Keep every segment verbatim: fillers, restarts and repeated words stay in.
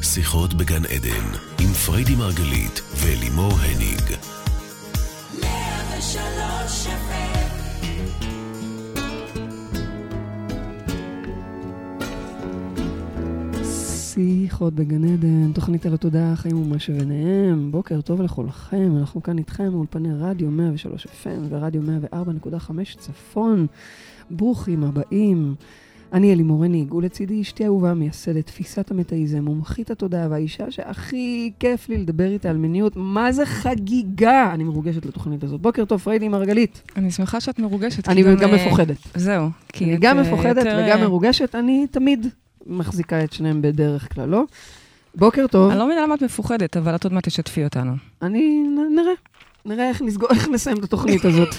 שיחות בגן עדן, עם פריידי מרגלית ולימור הניג. שיחות בגן עדן, תוכנית על התודעה, חיים ומה שביניהם. בוקר טוב לכולכם, אנחנו כאן איתכם מאולפני רדיו מאה ושלוש אף אם ורדיו מאה וארבע נקודה חמש צפון. ברוכים הבאים. אני לימור הניג, ולצידי אשתי אהובה מייסדת תפיסת המטאיזם, מומחית התודעה והאישה שהכי כיף לי לדבר איתה על מיניות. מה זה חגיגה? אני מרוגשת לתוכנית הזאת. בוקר טוב, פריידי מרגלית. אני שמחה שאת מרוגשת. אני גם מפוחדת. זהו. אני גם מפוחדת וגם מרוגשת. אני תמיד מחזיקה את שניהם בדרך כלל, לא? בוקר טוב. אני לא מבינה למה את מפוחדת, אבל את עוד מעט תשתפי אותנו. אני נראה. נראה איך לסגור, איך נסיים את התוכנית הזאת.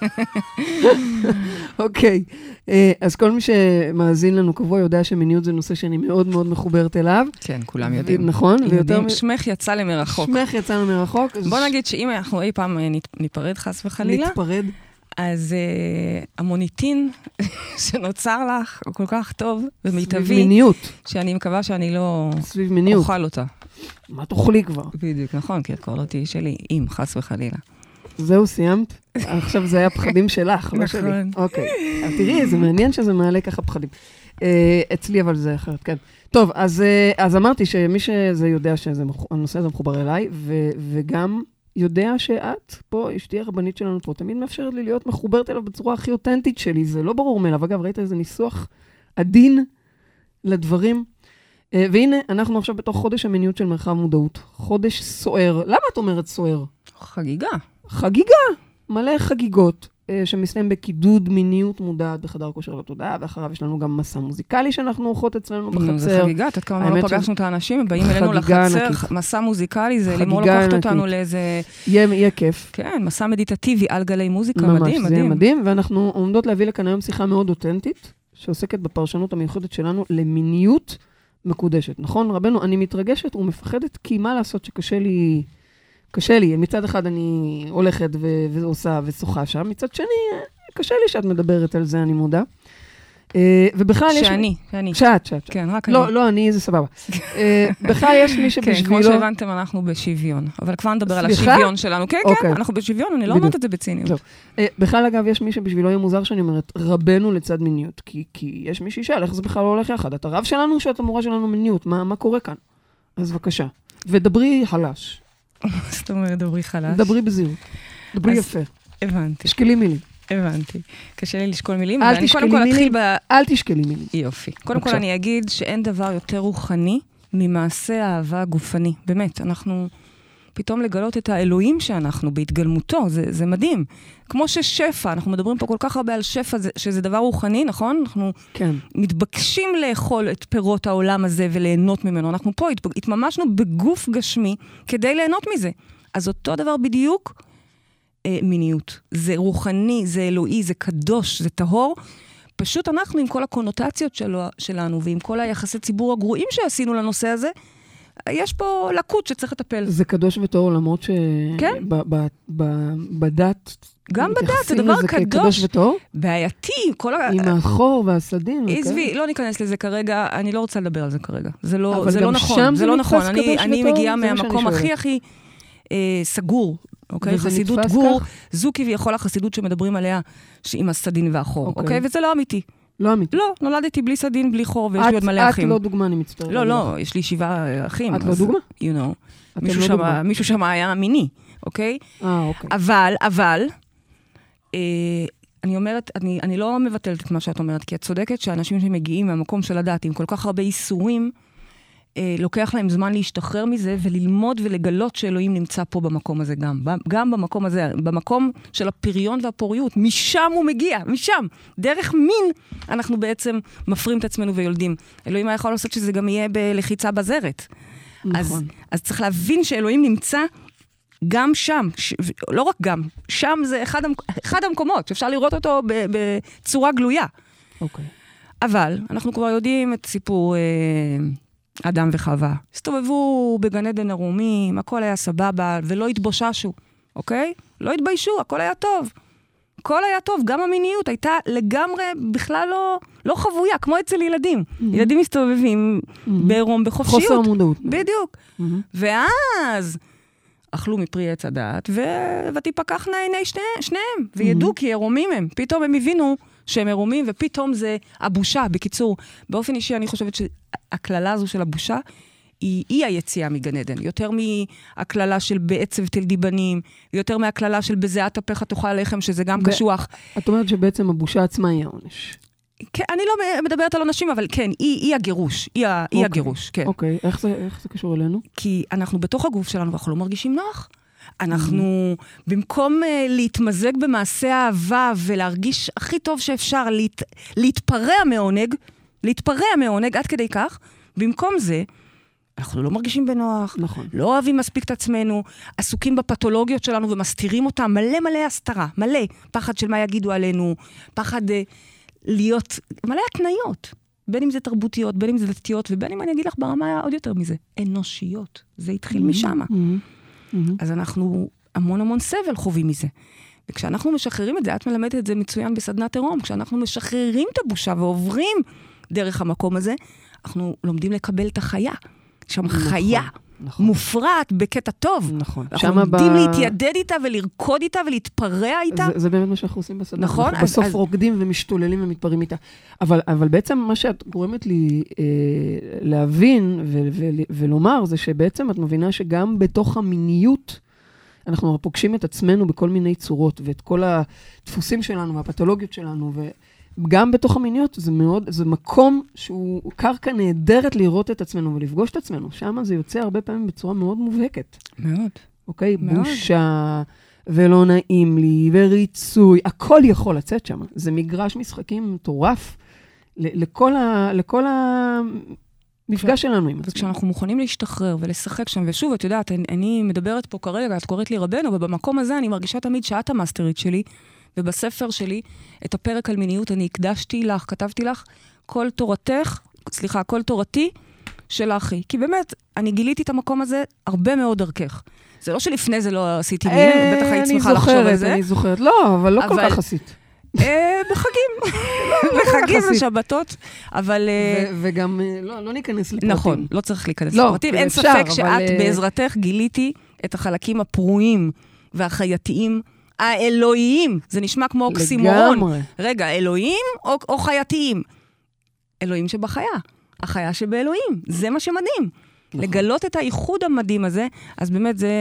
אוקיי. אז כל מי שמאזין לנו קבוע יודע שמיניות זה נושא שאני מאוד מאוד מחוברת אליו. כן, כולם יודעים. נכון. יודעים, שמך יצא למרחוק. שמך יצא למרחוק. בוא נגיד שאם אנחנו אי פעם ניפרד חס וחלילה. נתפרד. אז המוניטין שנוצר לך הוא כל כך טוב ומיטבי. סביב מיניות. שאני מקווה שאני לא סביב מיניות. אוכל אותה. מה תאכלי כבר? בדיוק, נכון, כי את כבר לא תהיי שלי, אם חס וחלילה. זהו, סיימת? עכשיו זה היה פחדים שלך, לא שלי. אוקיי. תראי, זה מעניין שזה מעלה ככה פחדים. אצלי אבל זה אחרת, כן. טוב, אז אמרתי שמי שזה יודע שהנושא הזה מחובר אליי, וגם יודע שאת פה, אשתי הרבנית שלנו פה, תמיד מאפשרת לי להיות מחוברת אליו בצורה הכי אותנטית שלי. זה לא ברור מאליו. אגב, ראית איזה ניסוח עדין לדברים? והנה, אנחנו עכשיו בתוך חודש המיניות של מרחב מודעות. חודש סוער. למה את אומרת סוער? חגיגה. חגיגה. מלא חגיגות שמסתיים בקידוד מיניות מודעת בחדר כושר לתודעה, ואחריו יש לנו גם מסע מוזיקלי שאנחנו עורכות אצלנו בחצר. זה חגיגה, את כמה לא פגשנו את האנשים, הם באים אלינו לחצר, מסע מוזיקלי, זה לימור לקחת אותנו לאיזה... יהיה כיף. כן, מסע מדיטטיבי על גלי מוזיקה, מדהים, מדהים. ממש, זה מדהים, ואנחנו עומדות להביא לכאן היום שיחה מאוד אותנטית, שעוסקת בפרשנות המיוחדת שלנו למיניות מקודשת. נכון, רבנו? אני מתרגשת ומפחדת, כי מה לעשות שקשה לי... קשה לי. מצד אחד אני הולכת ו- ועושה ושוחה שם, מצד שני, קשה לי שאת מדברת על זה, אני מודה. ובכלל יש... שאני, שאני. שאת, שאת. כן, רק לא, אני. לא, אני, זה סבבה. בכלל יש מי שבשבילו... כן, כמו שהבנתם, אנחנו בשוויון. אבל כבר נדבר על השוויון שלנו. כן, כן, אנחנו בשוויון, אני לא אומרת את זה בציניות. בכלל, אגב, יש מי שבשבילו יהיה מוזר שאני אומרת, רבנו לצד מיניות. כי יש מי שישאל, איך זה בכלל לא הולך יחד? את הרב שלנו, שאת המורה שלנו מיניות? מה קורה כאן? אז בבקשה. ודברי חלש. זאת אומרת, דברי חלש. דברי בזהירות. דברי יפה. הבנתי. תשקלי מילים. הבנתי. קשה לי לשקול מילים. אל תשקלי מילים. אל תשקלי מילים. יופי. קודם כל אני אגיד שאין דבר יותר רוחני ממעשה האהבה הגופני. באמת, אנחנו פתאום לגלות את האלוהים שאנחנו בהתגלמותו. זה, זה מדהים. כמו ששפע, אנחנו מדברים פה כל כך הרבה על שפע, שזה דבר רוחני, נכון? אנחנו כן. מתבקשים לאכול את פירות העולם הזה וליהנות ממנו. אנחנו פה התממשנו בגוף גשמי כדי ליהנות מזה. אז אותו דבר בדיוק אה, מיניות. זה רוחני, זה אלוהי, זה קדוש, זה טהור. פשוט אנחנו עם כל הקונוטציות שלו, שלנו ועם כל היחסי ציבור הגרועים שעשינו לנושא הזה, יש פה לקות שצריך לטפל. זה קדוש וטהור, למרות ש... כן? בדת... גם בדת, זה דבר קדוש. וטהור? בעייתי. עם החור והסדין. עזבי, לא ניכנס לזה כרגע, אני לא רוצה לדבר על זה כרגע. זה לא נכון. זה לא נכון. אני מגיעה מהמקום הכי הכי סגור. אוקיי? חסידות גור. זו כביכול החסידות שמדברים עליה עם הסדין והחור. אוקיי? וזה לא אמיתי. לא אמיתי. לא, נולדתי בלי סדין, בלי חור, ויש לי עוד מלא אחים. את לא דוגמה, אני מצטערת. לא, לא, יש לי שבעה אחים. את לא דוגמה? You know. מישהו שם היה מיני, אוקיי? אה, אוקיי. אבל, אבל, אני אומרת, אני לא מבטלת את מה שאת אומרת, כי את צודקת שאנשים שמגיעים מהמקום של הדת, עם כל כך הרבה איסורים, לוקח להם זמן להשתחרר מזה, וללמוד ולגלות שאלוהים נמצא פה במקום הזה גם. גם במקום הזה, במקום של הפריון והפוריות. משם הוא מגיע, משם. דרך מין אנחנו בעצם מפרים את עצמנו ויולדים. אלוהים היה יכול לעשות שזה גם יהיה בלחיצה בזרת. נכון. אז, אז צריך להבין שאלוהים נמצא גם שם. ש, לא רק גם. שם זה אחד, אחד המקומות שאפשר לראות אותו בצורה גלויה. אוקיי. אבל אנחנו כבר יודעים את סיפור... אדם וחווה. הסתובבו בגן עדן ערומים, הכל היה סבבה, ולא התבוששו, אוקיי? לא התביישו, הכל היה טוב. הכל היה טוב, גם המיניות הייתה לגמרי בכלל לא, לא חבויה, כמו אצל ילדים. ילדים מסתובבים בעירום בחופשיות. חוסר מודעות. בדיוק. ואז אכלו מפרי עץ הדעת, ותפקחנה עיני שניהם, וידעו כי עירומים הם. פתאום הם הבינו שהם עירומים, ופתאום זה הבושה. בקיצור, באופן אישי אני חושבת שהכללה הזו של הבושה, היא, היא היציאה מגן עדן, יותר מהכללה של בעצב תלדי בנים, יותר מהכללה של בזיעת אפיך תאכל לחם, שזה גם קשוח. את אומרת שבעצם הבושה עצמה היא העונש. כן, אני לא מדברת על עונשים, אבל כן, היא, היא הגירוש, היא, ה, היא הגירוש, כן. אוקיי, איך זה, איך זה קשור אלינו? כי אנחנו בתוך הגוף שלנו, ואנחנו לא מרגישים נוח. אנחנו, במקום uh, להתמזג במעשה האהבה, ולהרגיש הכי טוב שאפשר, להת, להתפרע מעונג, להתפרע מעונג עד כדי כך, במקום זה, אנחנו לא מרגישים בנוח, נכון. לא אוהבים מספיק את עצמנו, עסוקים בפתולוגיות שלנו ומסתירים אותם, מלא מלא הסתרה, מלא פחד של מה יגידו עלינו, פחד uh, להיות, מלא התניות, בין אם זה תרבותיות, בין אם זה דתיות, ובין אם אני אגיד לך ברמה עוד יותר מזה, אנושיות, זה התחיל משם. אז אנחנו המון המון סבל חווים מזה. וכשאנחנו משחררים את זה, את מלמדת את זה מצוין בסדנת עירום, כשאנחנו משחררים את הבושה ועוברים דרך המקום הזה, אנחנו לומדים לקבל את החיה. שם נכון, חיה נכון. מופרעת בקטע טוב. נכון. אנחנו לומדים ב... להתיידד איתה ולרקוד איתה ולהתפרע איתה. זה, זה באמת מה שאנחנו עושים בסדנה. נכון. אנחנו בסוף אז... רוקדים ומשתוללים ומתפרעים איתה. אבל, אבל בעצם מה שאת גורמת לי אה, להבין ו- ו- ולומר, זה שבעצם את מבינה שגם בתוך המיניות, אנחנו פוגשים את עצמנו בכל מיני צורות, ואת כל הדפוסים שלנו והפתולוגיות שלנו, וגם בתוך המיניות זה מאוד, זה מקום שהוא קרקע נהדרת לראות את עצמנו ולפגוש את עצמנו. שם זה יוצא הרבה פעמים בצורה מאוד מובהקת. מאוד. אוקיי? מאוד. בושה, ולא נעים לי, וריצוי, הכל יכול לצאת שם. זה מגרש משחקים מטורף לכל ה... לכל ה... מפגש שלנו עם עצמנו. וכשאנחנו מוכנים להשתחרר ולשחק שם, ושוב, את יודעת, אני, אני מדברת פה כרגע, את קוראת לי רבנו, ובמקום הזה אני מרגישה תמיד שאת המאסטרית שלי, ובספר שלי, את הפרק על מיניות, אני הקדשתי לך, כתבתי לך, כל תורתך, סליחה, כל תורתי של אחי. כי באמת, אני גיליתי את המקום הזה הרבה מאוד דרכך. זה לא שלפני זה לא עשיתי מין, בטח היית שמחה לחשוב על זה. אני זוכרת, לא, אבל לא כל כך עשית. בחגים, בחגים ושבתות, אבל... וגם, לא ניכנס לפרטים. נכון, לא צריך להיכנס לפרטים. אין ספק שאת בעזרתך גיליתי את החלקים הפרועים והחייתיים, האלוהיים. זה נשמע כמו אוקסימורון. לגמרי. רגע, אלוהים או חייתיים? אלוהים שבחיה, החיה שבאלוהים. זה מה שמדהים. לגלות את הייחוד המדהים הזה, אז באמת זה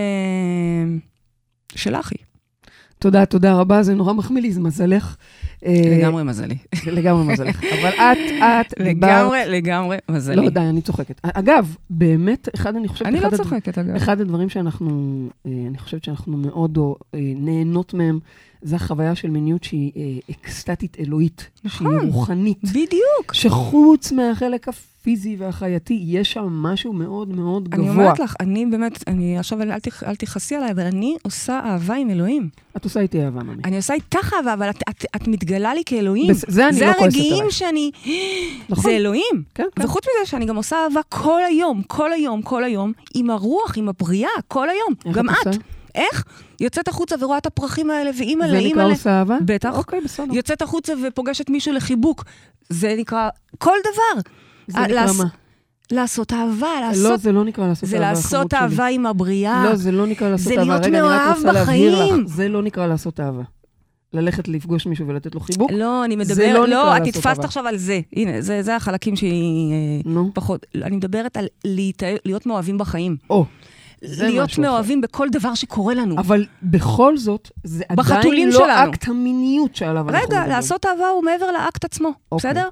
שלחי. תודה, תודה רבה, זה נורא מחמיא לי, זה מזלך. לגמרי מזלי. לגמרי מזלך. אבל את, את... לגמרי, לגמרי מזלי. לא, די, אני צוחקת. אגב, באמת, אחד, אני חושבת... אני לא צוחקת, אגב. אחד הדברים שאנחנו, אני חושבת שאנחנו מאוד נהנות מהם, זה החוויה של מיניות שהיא אקסטטית אלוהית, שהיא רוחנית. בדיוק. שחוץ מהחלק הפיזי והחייתי, יש שם משהו מאוד מאוד גבוה. אני אומרת לך, אני באמת, אני עכשיו אל תכעסי עליי, אבל אני עושה אהבה עם אלוהים. את עושה איתי אהבה, ממי. אני עושה איתך אהבה, אבל את, את, את מתגלה לי כאלוהים. בס, זה אני לא כועסת עליי. זה הרגעים שאני... נכון. זה אלוהים. כן, כן. וחוץ מזה שאני גם עושה אהבה כל היום, כל היום, כל היום, עם הרוח, עם הבריאה, כל היום. גם את. איך? יוצאת החוצה ורואה את הפרחים האלה, ואימא לאימא... זה נקרא עושה אהבה? בטח. אוקיי, בסדר. יוצאת החוצה ופוגשת מישהו לחיבוק. זה נקרא כל דבר. זה נקרא מה? לעשות אהבה, לעשות... לא, זה לא נקרא לעשות זה אהבה. זה לעשות אהבה עם הבריאה. לא, זה לא נקרא לעשות זה אהבה. להיות מאוהב בחיים. זה לא נקרא לעשות אהבה. ללכת לפגוש מישהו ולתת לו חיבוק. לא, אני מדבר... לא, את התפסת עכשיו על זה. הנה, זה החלקים שהיא פחות... אני מדברת על להיות מאוהבים בחיים. או. להיות מאוהבים בכל דבר שקורה לנו. אבל בכל זאת, זה עדיין לא אקט המיניות שעליו אנחנו מדברים. רגע, לעשות אהבה הוא מעבר לאקט עצמו, בסדר?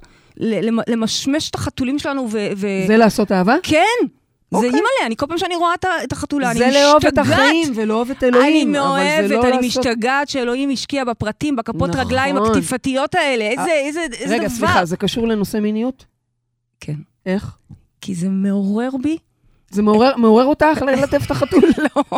למשמש את החתולים שלנו ו... זה לעשות אהבה? כן, זה אימא'לה, אני כל פעם שאני רואה את החתולה, אני משתגעת. זה לאהוב את החיים ולאהוב את אלוהים. אני מאוהבת, אני משתגעת שאלוהים השקיע בפרטים, בכפות רגליים הקטיפתיות האלה. איזה דבר. רגע, סליחה, זה קשור לנושא מיניות? כן. איך? כי זה מעורר בי. זה מעורר אותך ללטף את החתול? לא,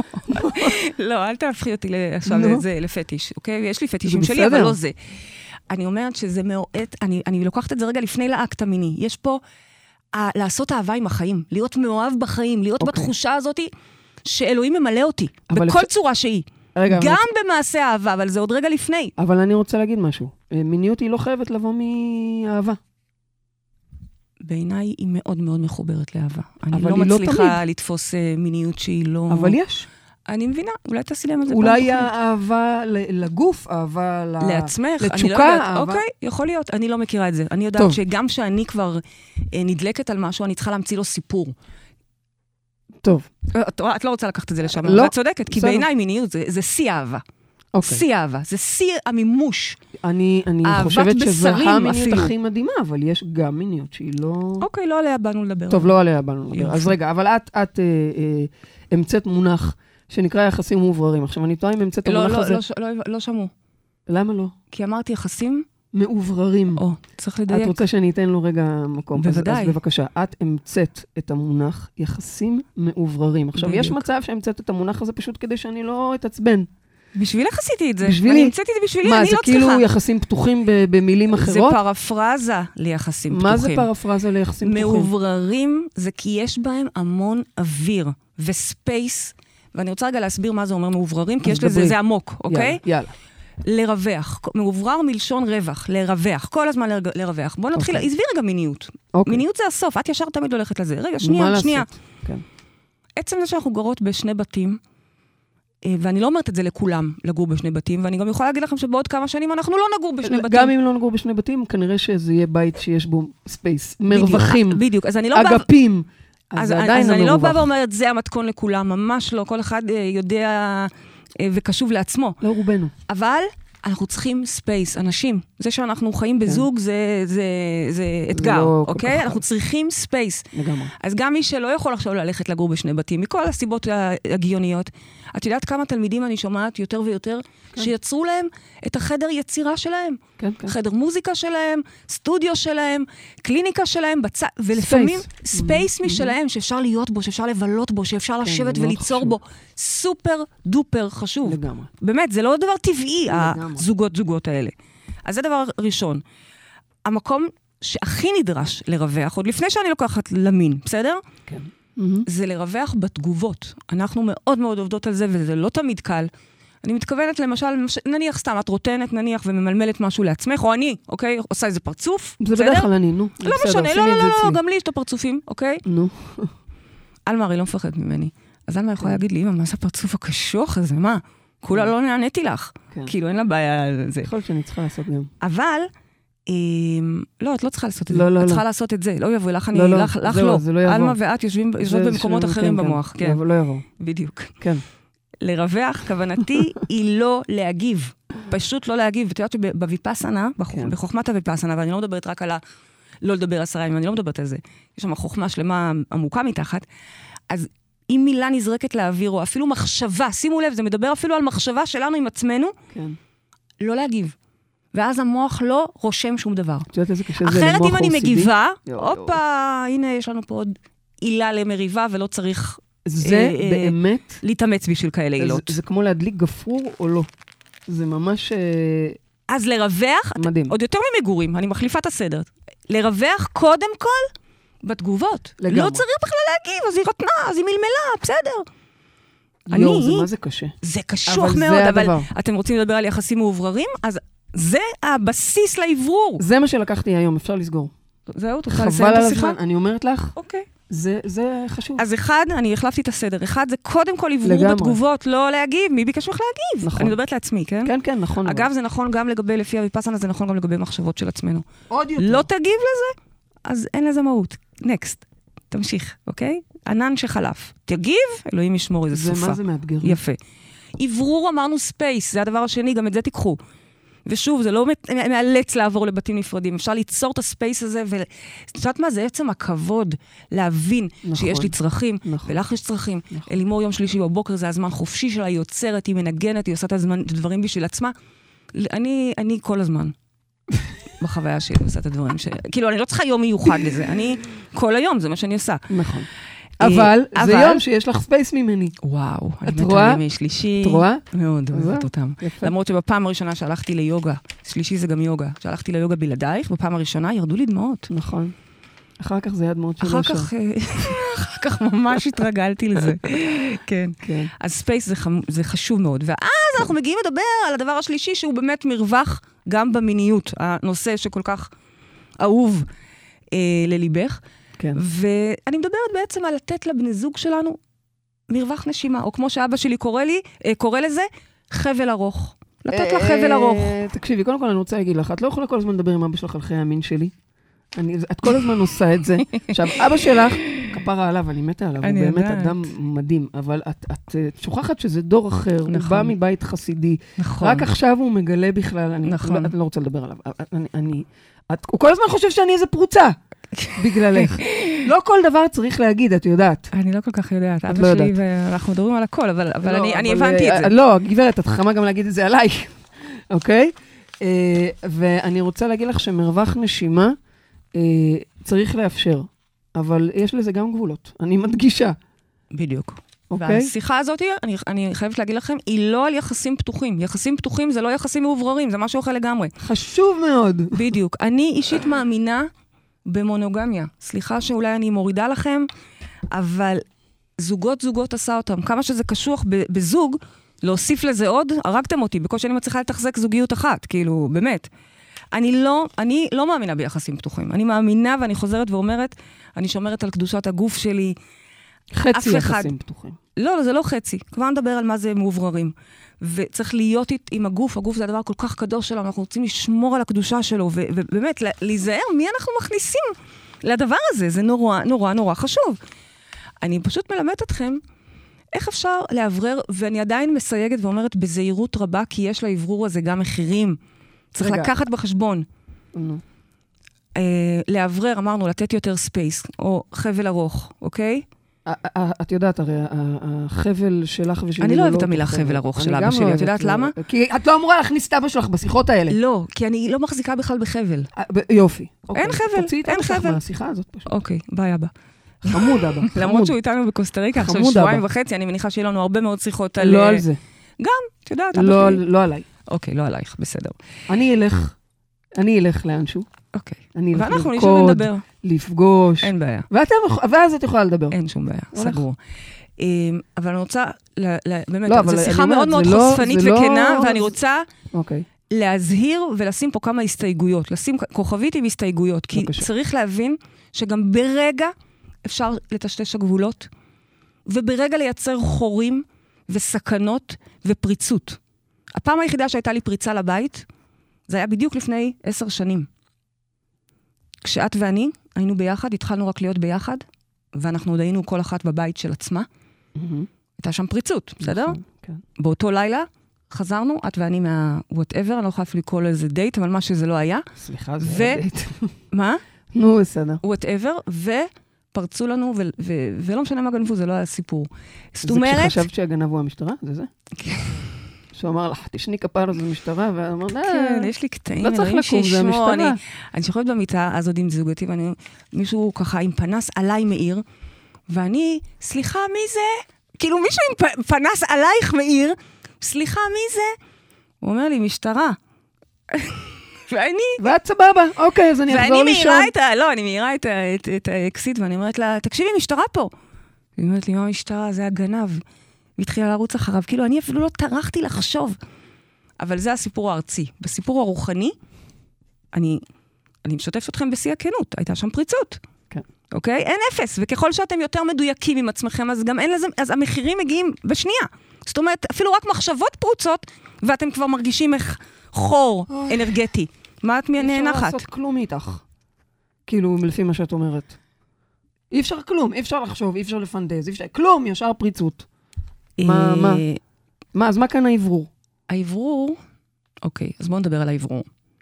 לא, אל תהפכי אותי עכשיו לפטיש, אוקיי? יש לי פטישים שלי, אבל לא זה. אני אומרת שזה מעט, אני לוקחת את זה רגע לפני לאקט המיני. יש פה לעשות אהבה עם החיים, להיות מאוהב בחיים, להיות בתחושה הזאת שאלוהים ממלא אותי, בכל צורה שהיא. גם במעשה אהבה, אבל זה עוד רגע לפני. אבל אני רוצה להגיד משהו. מיניות היא לא חייבת לבוא מאהבה. בעיניי היא מאוד מאוד מחוברת לאהבה. אני לא מצליחה לתפוס מיניות שהיא לא... אבל יש. אני מבינה, אולי תעשי להם את זה. אולי האהבה לגוף, אהבה לעצמך. לתשוקה. אוקיי, יכול להיות. אני לא מכירה את זה. אני יודעת שגם שאני כבר נדלקת על משהו, אני צריכה להמציא לו סיפור. טוב. את לא רוצה לקחת את זה לשם. לא. את צודקת, כי בעיניי מיניות זה שיא אהבה. שיא אהבה. זה שיא המימוש. אני חושבת שזו המיניות הכי מדהימה, אבל יש גם מיניות שהיא לא... אוקיי, לא עליה באנו לדבר. טוב, לא עליה באנו לדבר. אז רגע, אבל את המצאת מונח שנקרא יחסים מעובררים. עכשיו, אני טועה אם המצאת המונח הזה... לא שמעו. למה לא? כי אמרתי יחסים... מעובררים. או, צריך לדייק. את רוצה שאני אתן לו רגע מקום. בוודאי. אז בבקשה, את המצאת את המונח יחסים מעובררים. עכשיו, יש מצב שהמצאת את המונח הזה פשוט כדי שאני לא אתעצבן. בשבילך עשיתי את זה. בשבילי? אני המצאתי את זה בשבילי, אני לא צריכה. מה, זה כאילו יחסים פתוחים במילים אחרות? זה פרפרזה ליחסים פתוחים. מה זה פרפרזה ליחסים פתוחים? מעובררים זה כי יש בהם המון אוויר וספייס, ואני רוצה רגע להסביר מה זה אומר מעובררים, כי יש לזה, זה עמוק, אוקיי? יאללה. לרווח. מעוברר מלשון רווח, לרווח. כל הזמן לרווח. בוא נתחיל, עזבי רגע מיניות. מיניות זה הסוף, את ישר תמיד הולכת לזה. רגע, שנייה, שנייה. עצם זה שאנחנו גרות בשני בתים, ואני לא אומרת את זה לכולם, לגור בשני בתים, ואני גם יכולה להגיד לכם שבעוד כמה שנים אנחנו לא נגור בשני בתים. גם אם לא נגור בשני בתים, כנראה שזה יהיה בית שיש בו ספייס, מרווחים, בדיוק, אז אני לא אגפים. אז זה עדיין אז אני לא באה ואומרת, זה המתכון לכולם, ממש לא, כל אחד יודע וקשוב לעצמו. לא רובנו. אבל אנחנו צריכים ספייס, אנשים. זה שאנחנו חיים בזוג, זה אתגר, אוקיי? אנחנו צריכים ספייס. לגמרי. אז גם מי שלא יכול עכשיו ללכת לגור בשני בתים, מכל הסיבות הגיוניות, את יודעת כמה תלמידים אני שומעת יותר ויותר, שיצרו להם את החדר יצירה שלהם. חדר מוזיקה שלהם, סטודיו שלהם, קליניקה שלהם, ולפעמים ספייס משלהם, שאפשר להיות בו, שאפשר לבלות בו, שאפשר לשבת וליצור בו. סופר דופר חשוב. לגמרי. באמת, זה לא דבר טבעי, הזוגות זוגות האלה. אז זה דבר ראשון. המקום שהכי נדרש לרווח, עוד לפני שאני לוקחת למין, בסדר? כן. זה לרווח בתגובות. אנחנו מאוד מאוד עובדות על זה, וזה לא תמיד קל. אני מתכוונת למשל, נניח סתם, את רוטנת נניח וממלמלת משהו לעצמך, או אני, אוקיי? עושה איזה פרצוף, בסדר? זה בדרך כלל אני, נו. לא משנה, לא, לא, לא, גם לי יש את הפרצופים, אוקיי? נו. אלמה הרי לא מפחדת ממני. אז אלמה יכולה להגיד לי, אמא, מה זה הפרצוף הקשוח הזה? מה? כולה לא נעניתי לך. כאילו, אין לה בעיה על זה. יכול שאני צריכה לעשות גם. אבל, לא, את לא צריכה לעשות את זה. לא, לא, לא. את צריכה לעשות את זה. לא יבוא, לך אני, לך לא. אלמה ואת יושבות במקומות אחרים במוח. לא יבוא. בדיוק. כן. לרווח, כוונתי, היא לא להגיב. פשוט לא להגיב. ואתה יודעת שבוויפאסנה, בחוכמת הוויפאסנה, ואני לא מדברת רק על ה... לא לדבר עשרה ימים, אני לא מדברת על זה. יש שם חוכמה שלמה עמוקה מתחת. אז אם מילה נזרקת לאוויר, או אפילו מחשבה, שימו לב, זה מדבר אפילו על מחשבה שלנו עם עצמנו, כן. לא להגיב. ואז המוח לא רושם שום דבר. את יודעת איזה קשה זה? אחרת אם אני מגיבה, הופה, הנה יש לנו פה עוד עילה למריבה, ולא צריך... זה באמת... להתאמץ בשביל כאלה עילות. זה כמו להדליק גפרור או לא. זה ממש... אז לרווח, מדהים. עוד יותר ממגורים, אני מחליפה את הסדר. לרווח קודם כל בתגובות. לגמרי. לא צריך בכלל להגיב, אז היא רתנה, אז היא מלמלה, בסדר. יור, זה מה זה קשה. זה קשוח מאוד, אבל אתם רוצים לדבר על יחסים מעובררים? אז זה הבסיס לעברור. זה מה שלקחתי היום, אפשר לסגור. זהו, תוכל לסיים את השיחה? אני אומרת לך. אוקיי. זה, זה חשוב. אז אחד, אני החלפתי את הסדר. אחד, זה קודם כל עברור בתגובות, לא להגיב. מי ביקש לך להגיב? נכון. אני מדברת לעצמי, כן? כן, כן, נכון. אגב, זה נכון גם לגבי לפי הוויפאסנה, זה נכון גם לגבי מחשבות של עצמנו. עוד יותר. לא תגיב לזה, אז אין לזה מהות. נקסט. תמשיך, אוקיי? ענן שחלף. תגיב, אלוהים ישמור איזה סופה. זה מה זה מאתגר. יפה. עברור אמרנו ספייס, זה הדבר השני, גם את זה תיקחו. ושוב, זה לא מאלץ לעבור לבתים נפרדים. אפשר ליצור את הספייס הזה, ואת יודעת מה? זה עצם הכבוד להבין נכון, שיש לי צרכים, נכון, ולך יש צרכים. נכון. אלימור יום שלישי בבוקר, זה הזמן חופשי שלה, היא יוצרת, היא מנגנת, היא עושה את הדברים בשביל עצמה. אני, אני כל הזמן, בחוויה שלי, עושה את הדברים ש... כאילו, אני לא צריכה יום מיוחד לזה. אני כל היום, זה מה שאני עושה. נכון. אבל זה יום שיש לך ספייס ממני. וואו, אני מתה ימי שלישי. את רואה? מאוד אוהבת אותם. למרות שבפעם הראשונה שהלכתי ליוגה, שלישי זה גם יוגה, שהלכתי ליוגה בלעדייך, בפעם הראשונה ירדו לי דמעות. נכון. אחר כך זה היה דמעות של אושר. אחר כך ממש התרגלתי לזה. כן. אז ספייס זה חשוב מאוד. ואז אנחנו מגיעים לדבר על הדבר השלישי, שהוא באמת מרווח גם במיניות, הנושא שכל כך אהוב אה, לליבך. כן. ואני מדברת בעצם על לתת לבני זוג שלנו מרווח נשימה, או כמו שאבא שלי קורא לי, אה, קורא לזה, חבל ארוך. לתת לה חבל ארוך. תקשיבי, קודם כל אני רוצה להגיד לך, את לא יכולה כל הזמן לדבר עם אבא שלך על חיי המין שלי. אני, את כל הזמן עושה את זה. עכשיו, אבא שלך, כפרה עליו, אני מתה עליו, הוא באמת אדם מדהים, אבל את, את שוכחת שזה דור אחר, נכון. הוא בא מבית חסידי. נכון. רק עכשיו הוא מגלה בכלל, אני נכון. לא, לא רוצה לדבר עליו. אני, אני, את, הוא כל הזמן חושב שאני איזה פרוצה, בגללך. לא כל דבר צריך להגיד, את יודעת. אני לא כל כך יודעת. אבא שלי, ואנחנו מדברים על הכל, אבל, אבל אני, אני הבנתי את זה. לא, גברת, את חכמה גם להגיד את זה עליי. אוקיי? ואני רוצה להגיד לך שמרווח נשימה, צריך לאפשר, אבל יש לזה גם גבולות. אני מדגישה. בדיוק. אוקיי? והשיחה הזאת, אני, אני חייבת להגיד לכם, היא לא על יחסים פתוחים. יחסים פתוחים זה לא יחסים מאובררים, זה משהו אחר לגמרי. חשוב מאוד. בדיוק. אני אישית מאמינה במונוגמיה. סליחה שאולי אני מורידה לכם, אבל זוגות זוגות עשה אותם. כמה שזה קשוח בזוג, להוסיף לזה עוד, הרגתם אותי, בקושי אני מצליחה לתחזק זוגיות אחת, כאילו, באמת. אני לא, אני לא מאמינה ביחסים פתוחים. אני מאמינה ואני חוזרת ואומרת, אני שומרת על קדושת הגוף שלי. חצי יחסים פתוחים. לא, זה לא חצי. כבר נדבר על מה זה מאובררים. וצריך להיות עם הגוף. הגוף זה הדבר כל כך קדוש שלנו. אנחנו רוצים לשמור על הקדושה שלו, ובאמת, להיזהר מי אנחנו מכניסים לדבר הזה. זה נורא, נורא, נורא חשוב. אני פשוט מלמדת אתכם איך אפשר לעברר, ואני עדיין מסייגת ואומרת בזהירות רבה, כי יש לעברור הזה גם מחירים. צריך רגע. לקחת בחשבון. Mm-hmm. Uh, לעברר, אמרנו, לתת יותר ספייס, או חבל ארוך, אוקיי? את יודעת, הרי החבל שלך ושלי... אני לא אוהבת את המילה חבל ארוך של אבא שלי, את יודעת למה? כי את לא אמורה להכניס את אבא שלך בשיחות האלה. לא, כי אני לא מחזיקה בכלל בחבל. יופי. אין חבל, אין חבל. מהשיחה הזאת פשוט. אוקיי, ביי אבא. חמוד אבא. למרות שהוא איתנו בקוסטה ריקה, עכשיו שבועיים וחצי, אני מניחה שיהיה לנו הרבה מאוד שיחות על... לא על זה. גם, את יודעת, אבא שלי. לא עליי. אוקיי, לא עלייך, בסדר. אני אלך, אני אלך לאנשהו. אוקיי. אני אלך לרקוד, לפגוש. אין בעיה. ואז את יכולה לדבר. אין שום בעיה, סגור. אבל אני רוצה, באמת, זו שיחה מאוד מאוד חושפנית וכנה, ואני רוצה להזהיר ולשים פה כמה הסתייגויות, לשים כוכבית עם הסתייגויות, כי צריך להבין שגם ברגע אפשר לטשטש הגבולות, וברגע לייצר חורים וסכנות ופריצות. הפעם היחידה שהייתה לי פריצה לבית, זה היה בדיוק לפני עשר שנים. כשאת ואני היינו ביחד, התחלנו רק להיות ביחד, ואנחנו עוד היינו כל אחת בבית של עצמה. הייתה שם פריצות, בסדר? באותו לילה חזרנו, את ואני מה-whatever, אני לא יכולה אפילו לקרוא לזה דייט, אבל מה שזה לא היה. סליחה, זה היה דייט. מה? נו, בסדר. whatever, ופרצו לנו, ולא משנה מה גנבו, זה לא היה סיפור. זאת אומרת... זה כשחשבת שהגנבו המשטרה? זה זה? כן. שהוא אמר לך, תשני כפר, זה משטרה, ואמר, כן, יש לי קטעים, לא צריך לקום, זה המשטרה. אני שוכבת במיטה, אז עוד עם זוגתי, ומישהו ככה עם פנס עליי מאיר, ואני, סליחה, מי זה? כאילו מישהו עם פנס עלייך מאיר, סליחה, מי זה? הוא אומר לי, משטרה. ואני... ואת סבבה, אוקיי, אז אני אחזור לישון. ואני מאירה את ה... לא, אני מאירה את האקסיט, ואני אומרת לה, תקשיבי, משטרה פה. היא אומרת לי, מה משטרה? זה הגנב. והתחילה לרוץ אחריו, כאילו אני אפילו לא טרחתי לחשוב. אבל זה הסיפור הארצי. בסיפור הרוחני, אני, אני משתפת אתכם בשיא הכנות. הייתה שם פריצות. כן. אוקיי? אין אפס. וככל שאתם יותר מדויקים עם עצמכם, אז גם אין לזה, אז המחירים מגיעים בשנייה. זאת אומרת, אפילו רק מחשבות פרוצות, ואתם כבר מרגישים איך חור אנרגטי. מה את נאנחת? אי אפשר לעשות כלום איתך. כאילו, לפי מה שאת אומרת. אי אפשר כלום, אי אפשר לחשוב, אי אפשר לפנדז, אי אפשר, כלום, ישר פריצות. מה, מה? מה, אז מה כאן העברור? העברור, אוקיי, אז בואו נדבר על העברור.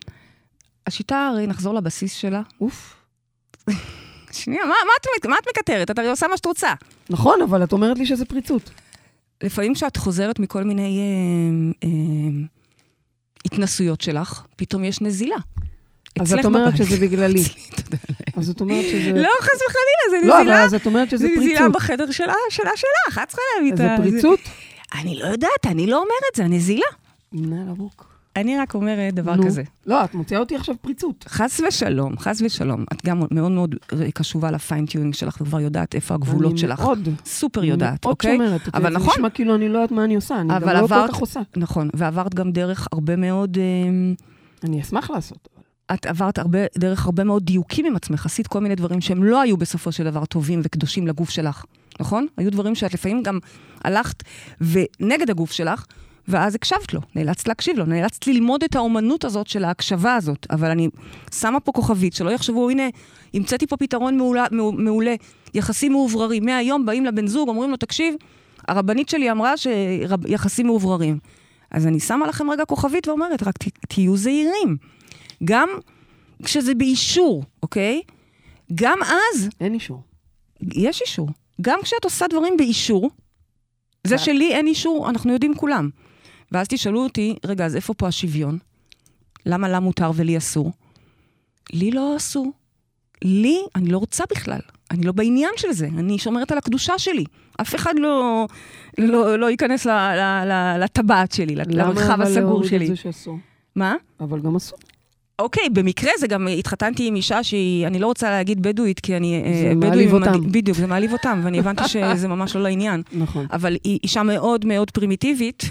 השיטה, הרי נחזור לבסיס שלה. אוף. שנייה, מה, מה, את, מה את מקטרת? את הרי עושה מה שאת רוצה. נכון, אבל את אומרת לי שזה פריצות. לפעמים כשאת חוזרת מכל מיני אה, אה, התנסויות שלך, פתאום יש נזילה. אז את אומרת שזה בגללי. אז את אומרת שזה... לא, חס וחלילה, זה נזילה. לא, אבל אז את אומרת שזה פריצות. זה נזילה בחדר שלה, שלה שלך, את צריכה להביא את זה. זה פריצות? אני לא יודעת, אני לא אומרת, זה הנזילה. מנהל עמוק. אני רק אומרת דבר כזה. לא, את מוציאה אותי עכשיו פריצות. חס ושלום, חס ושלום. את גם מאוד מאוד קשובה לפיינטיונינג שלך, וכבר יודעת איפה הגבולות שלך. אני מאוד. סופר יודעת, אוקיי? מאוד שומרת. אבל נכון. זה נשמע כאילו אני לא יודעת מה אני עושה, אני גם לא כל כך עושה. נכון, ועברת גם דרך הרבה מאוד... אני אשמח לעשות. את עברת הרבה, דרך הרבה מאוד דיוקים עם עצמך, עשית כל מיני דברים שהם לא היו בסופו של דבר טובים וקדושים לגוף שלך, נכון? היו דברים שאת לפעמים גם הלכת ונגד הגוף שלך, ואז הקשבת לו, נאלצת להקשיב לו, נאלצת ללמוד את האומנות הזאת של ההקשבה הזאת, אבל אני שמה פה כוכבית, שלא יחשבו, הנה, המצאתי פה פתרון מעולה, מעולה, יחסים מאובררים, מהיום באים לבן זוג, אומרים לו, תקשיב, הרבנית שלי אמרה שיחסים מאובררים. אז אני שמה לכם רגע כוכבית ואומרת, רק תהיו זהירים. גם כשזה באישור, אוקיי? גם אז... אין אישור. יש אישור. גם כשאת עושה דברים באישור, זה שלי אין אישור, אנחנו יודעים כולם. ואז תשאלו אותי, רגע, אז איפה פה השוויון? למה לה מותר ולי אסור? לי לא אסור. לי, אני לא רוצה בכלל. אני לא בעניין של זה. אני שומרת על הקדושה שלי. אף אחד לא, לא, לא ייכנס לטבעת שלי, למרחב הסגור שלי. למה אבל להוריד את זה שאסור? מה? אבל גם אסור. אוקיי, במקרה זה גם התחתנתי עם אישה שהיא, אני לא רוצה להגיד בדואית, כי אני... זה מעליב אותם. בדיוק, זה מעליב אותם, ואני הבנתי שזה ממש לא לעניין. נכון. אבל היא אישה מאוד מאוד פרימיטיבית,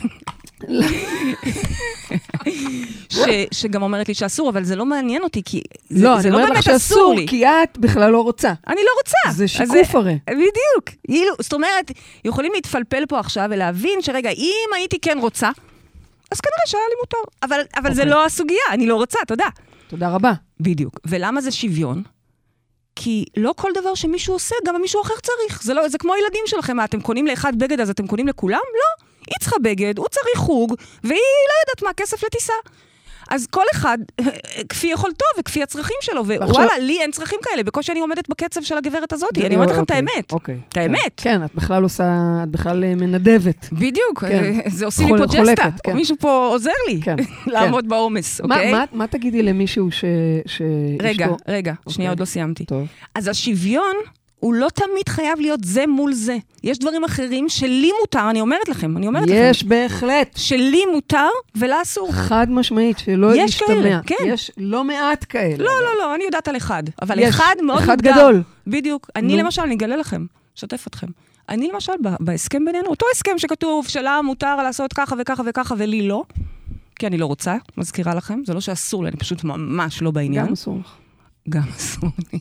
שגם אומרת לי שאסור, אבל זה לא מעניין אותי, כי זה לא באמת אסור לי. כי את בכלל לא רוצה. אני לא רוצה. זה שיקוף הרי. בדיוק. זאת אומרת, יכולים להתפלפל פה עכשיו ולהבין שרגע, אם הייתי כן רוצה, אז כנראה שהיה לי מותר. אבל, אבל okay. זה לא הסוגיה, אני לא רוצה, תודה. תודה רבה. בדיוק. ולמה זה שוויון? כי לא כל דבר שמישהו עושה, גם מישהו אחר צריך. זה, לא, זה כמו ילדים שלכם, מה, אתם קונים לאחד בגד, אז אתם קונים לכולם? לא. היא צריכה בגד, הוא צריך חוג, והיא לא יודעת מה, כסף לטיסה. אז כל אחד, כפי יכולתו וכפי הצרכים שלו, ווואלה, לי אין צרכים כאלה, בקושי אני עומדת בקצב של הגברת הזאת, אני אומרת לכם את האמת. את האמת. כן, את בכלל עושה, את בכלל מנדבת. בדיוק, זה עושים לי פה ג'סטה, מישהו פה עוזר לי לעמוד בעומס, אוקיי? מה תגידי למישהו ש... רגע, רגע, שנייה, עוד לא סיימתי. אז השוויון הוא לא תמיד חייב להיות זה מול זה. יש דברים אחרים שלי מותר, אני אומרת לכם, אני אומרת לכם. יש בהחלט. שלי מותר ולה אסור. חד משמעית, שלא ישתמע. כאלה, כן. יש לא מעט כאלה. לא, לא, לא, אני יודעת על אחד. אבל אחד מאוד מוגדר. אחד גדול. בדיוק. אני למשל, אני אגלה לכם, שתף אתכם. אני למשל, בהסכם בינינו, אותו הסכם שכתוב, שלה מותר לעשות ככה וככה וככה, ולי לא. כי אני לא רוצה, מזכירה לכם. זה לא שאסור לי, אני פשוט ממש לא בעניין. גם אסור לך. גם אסור לי.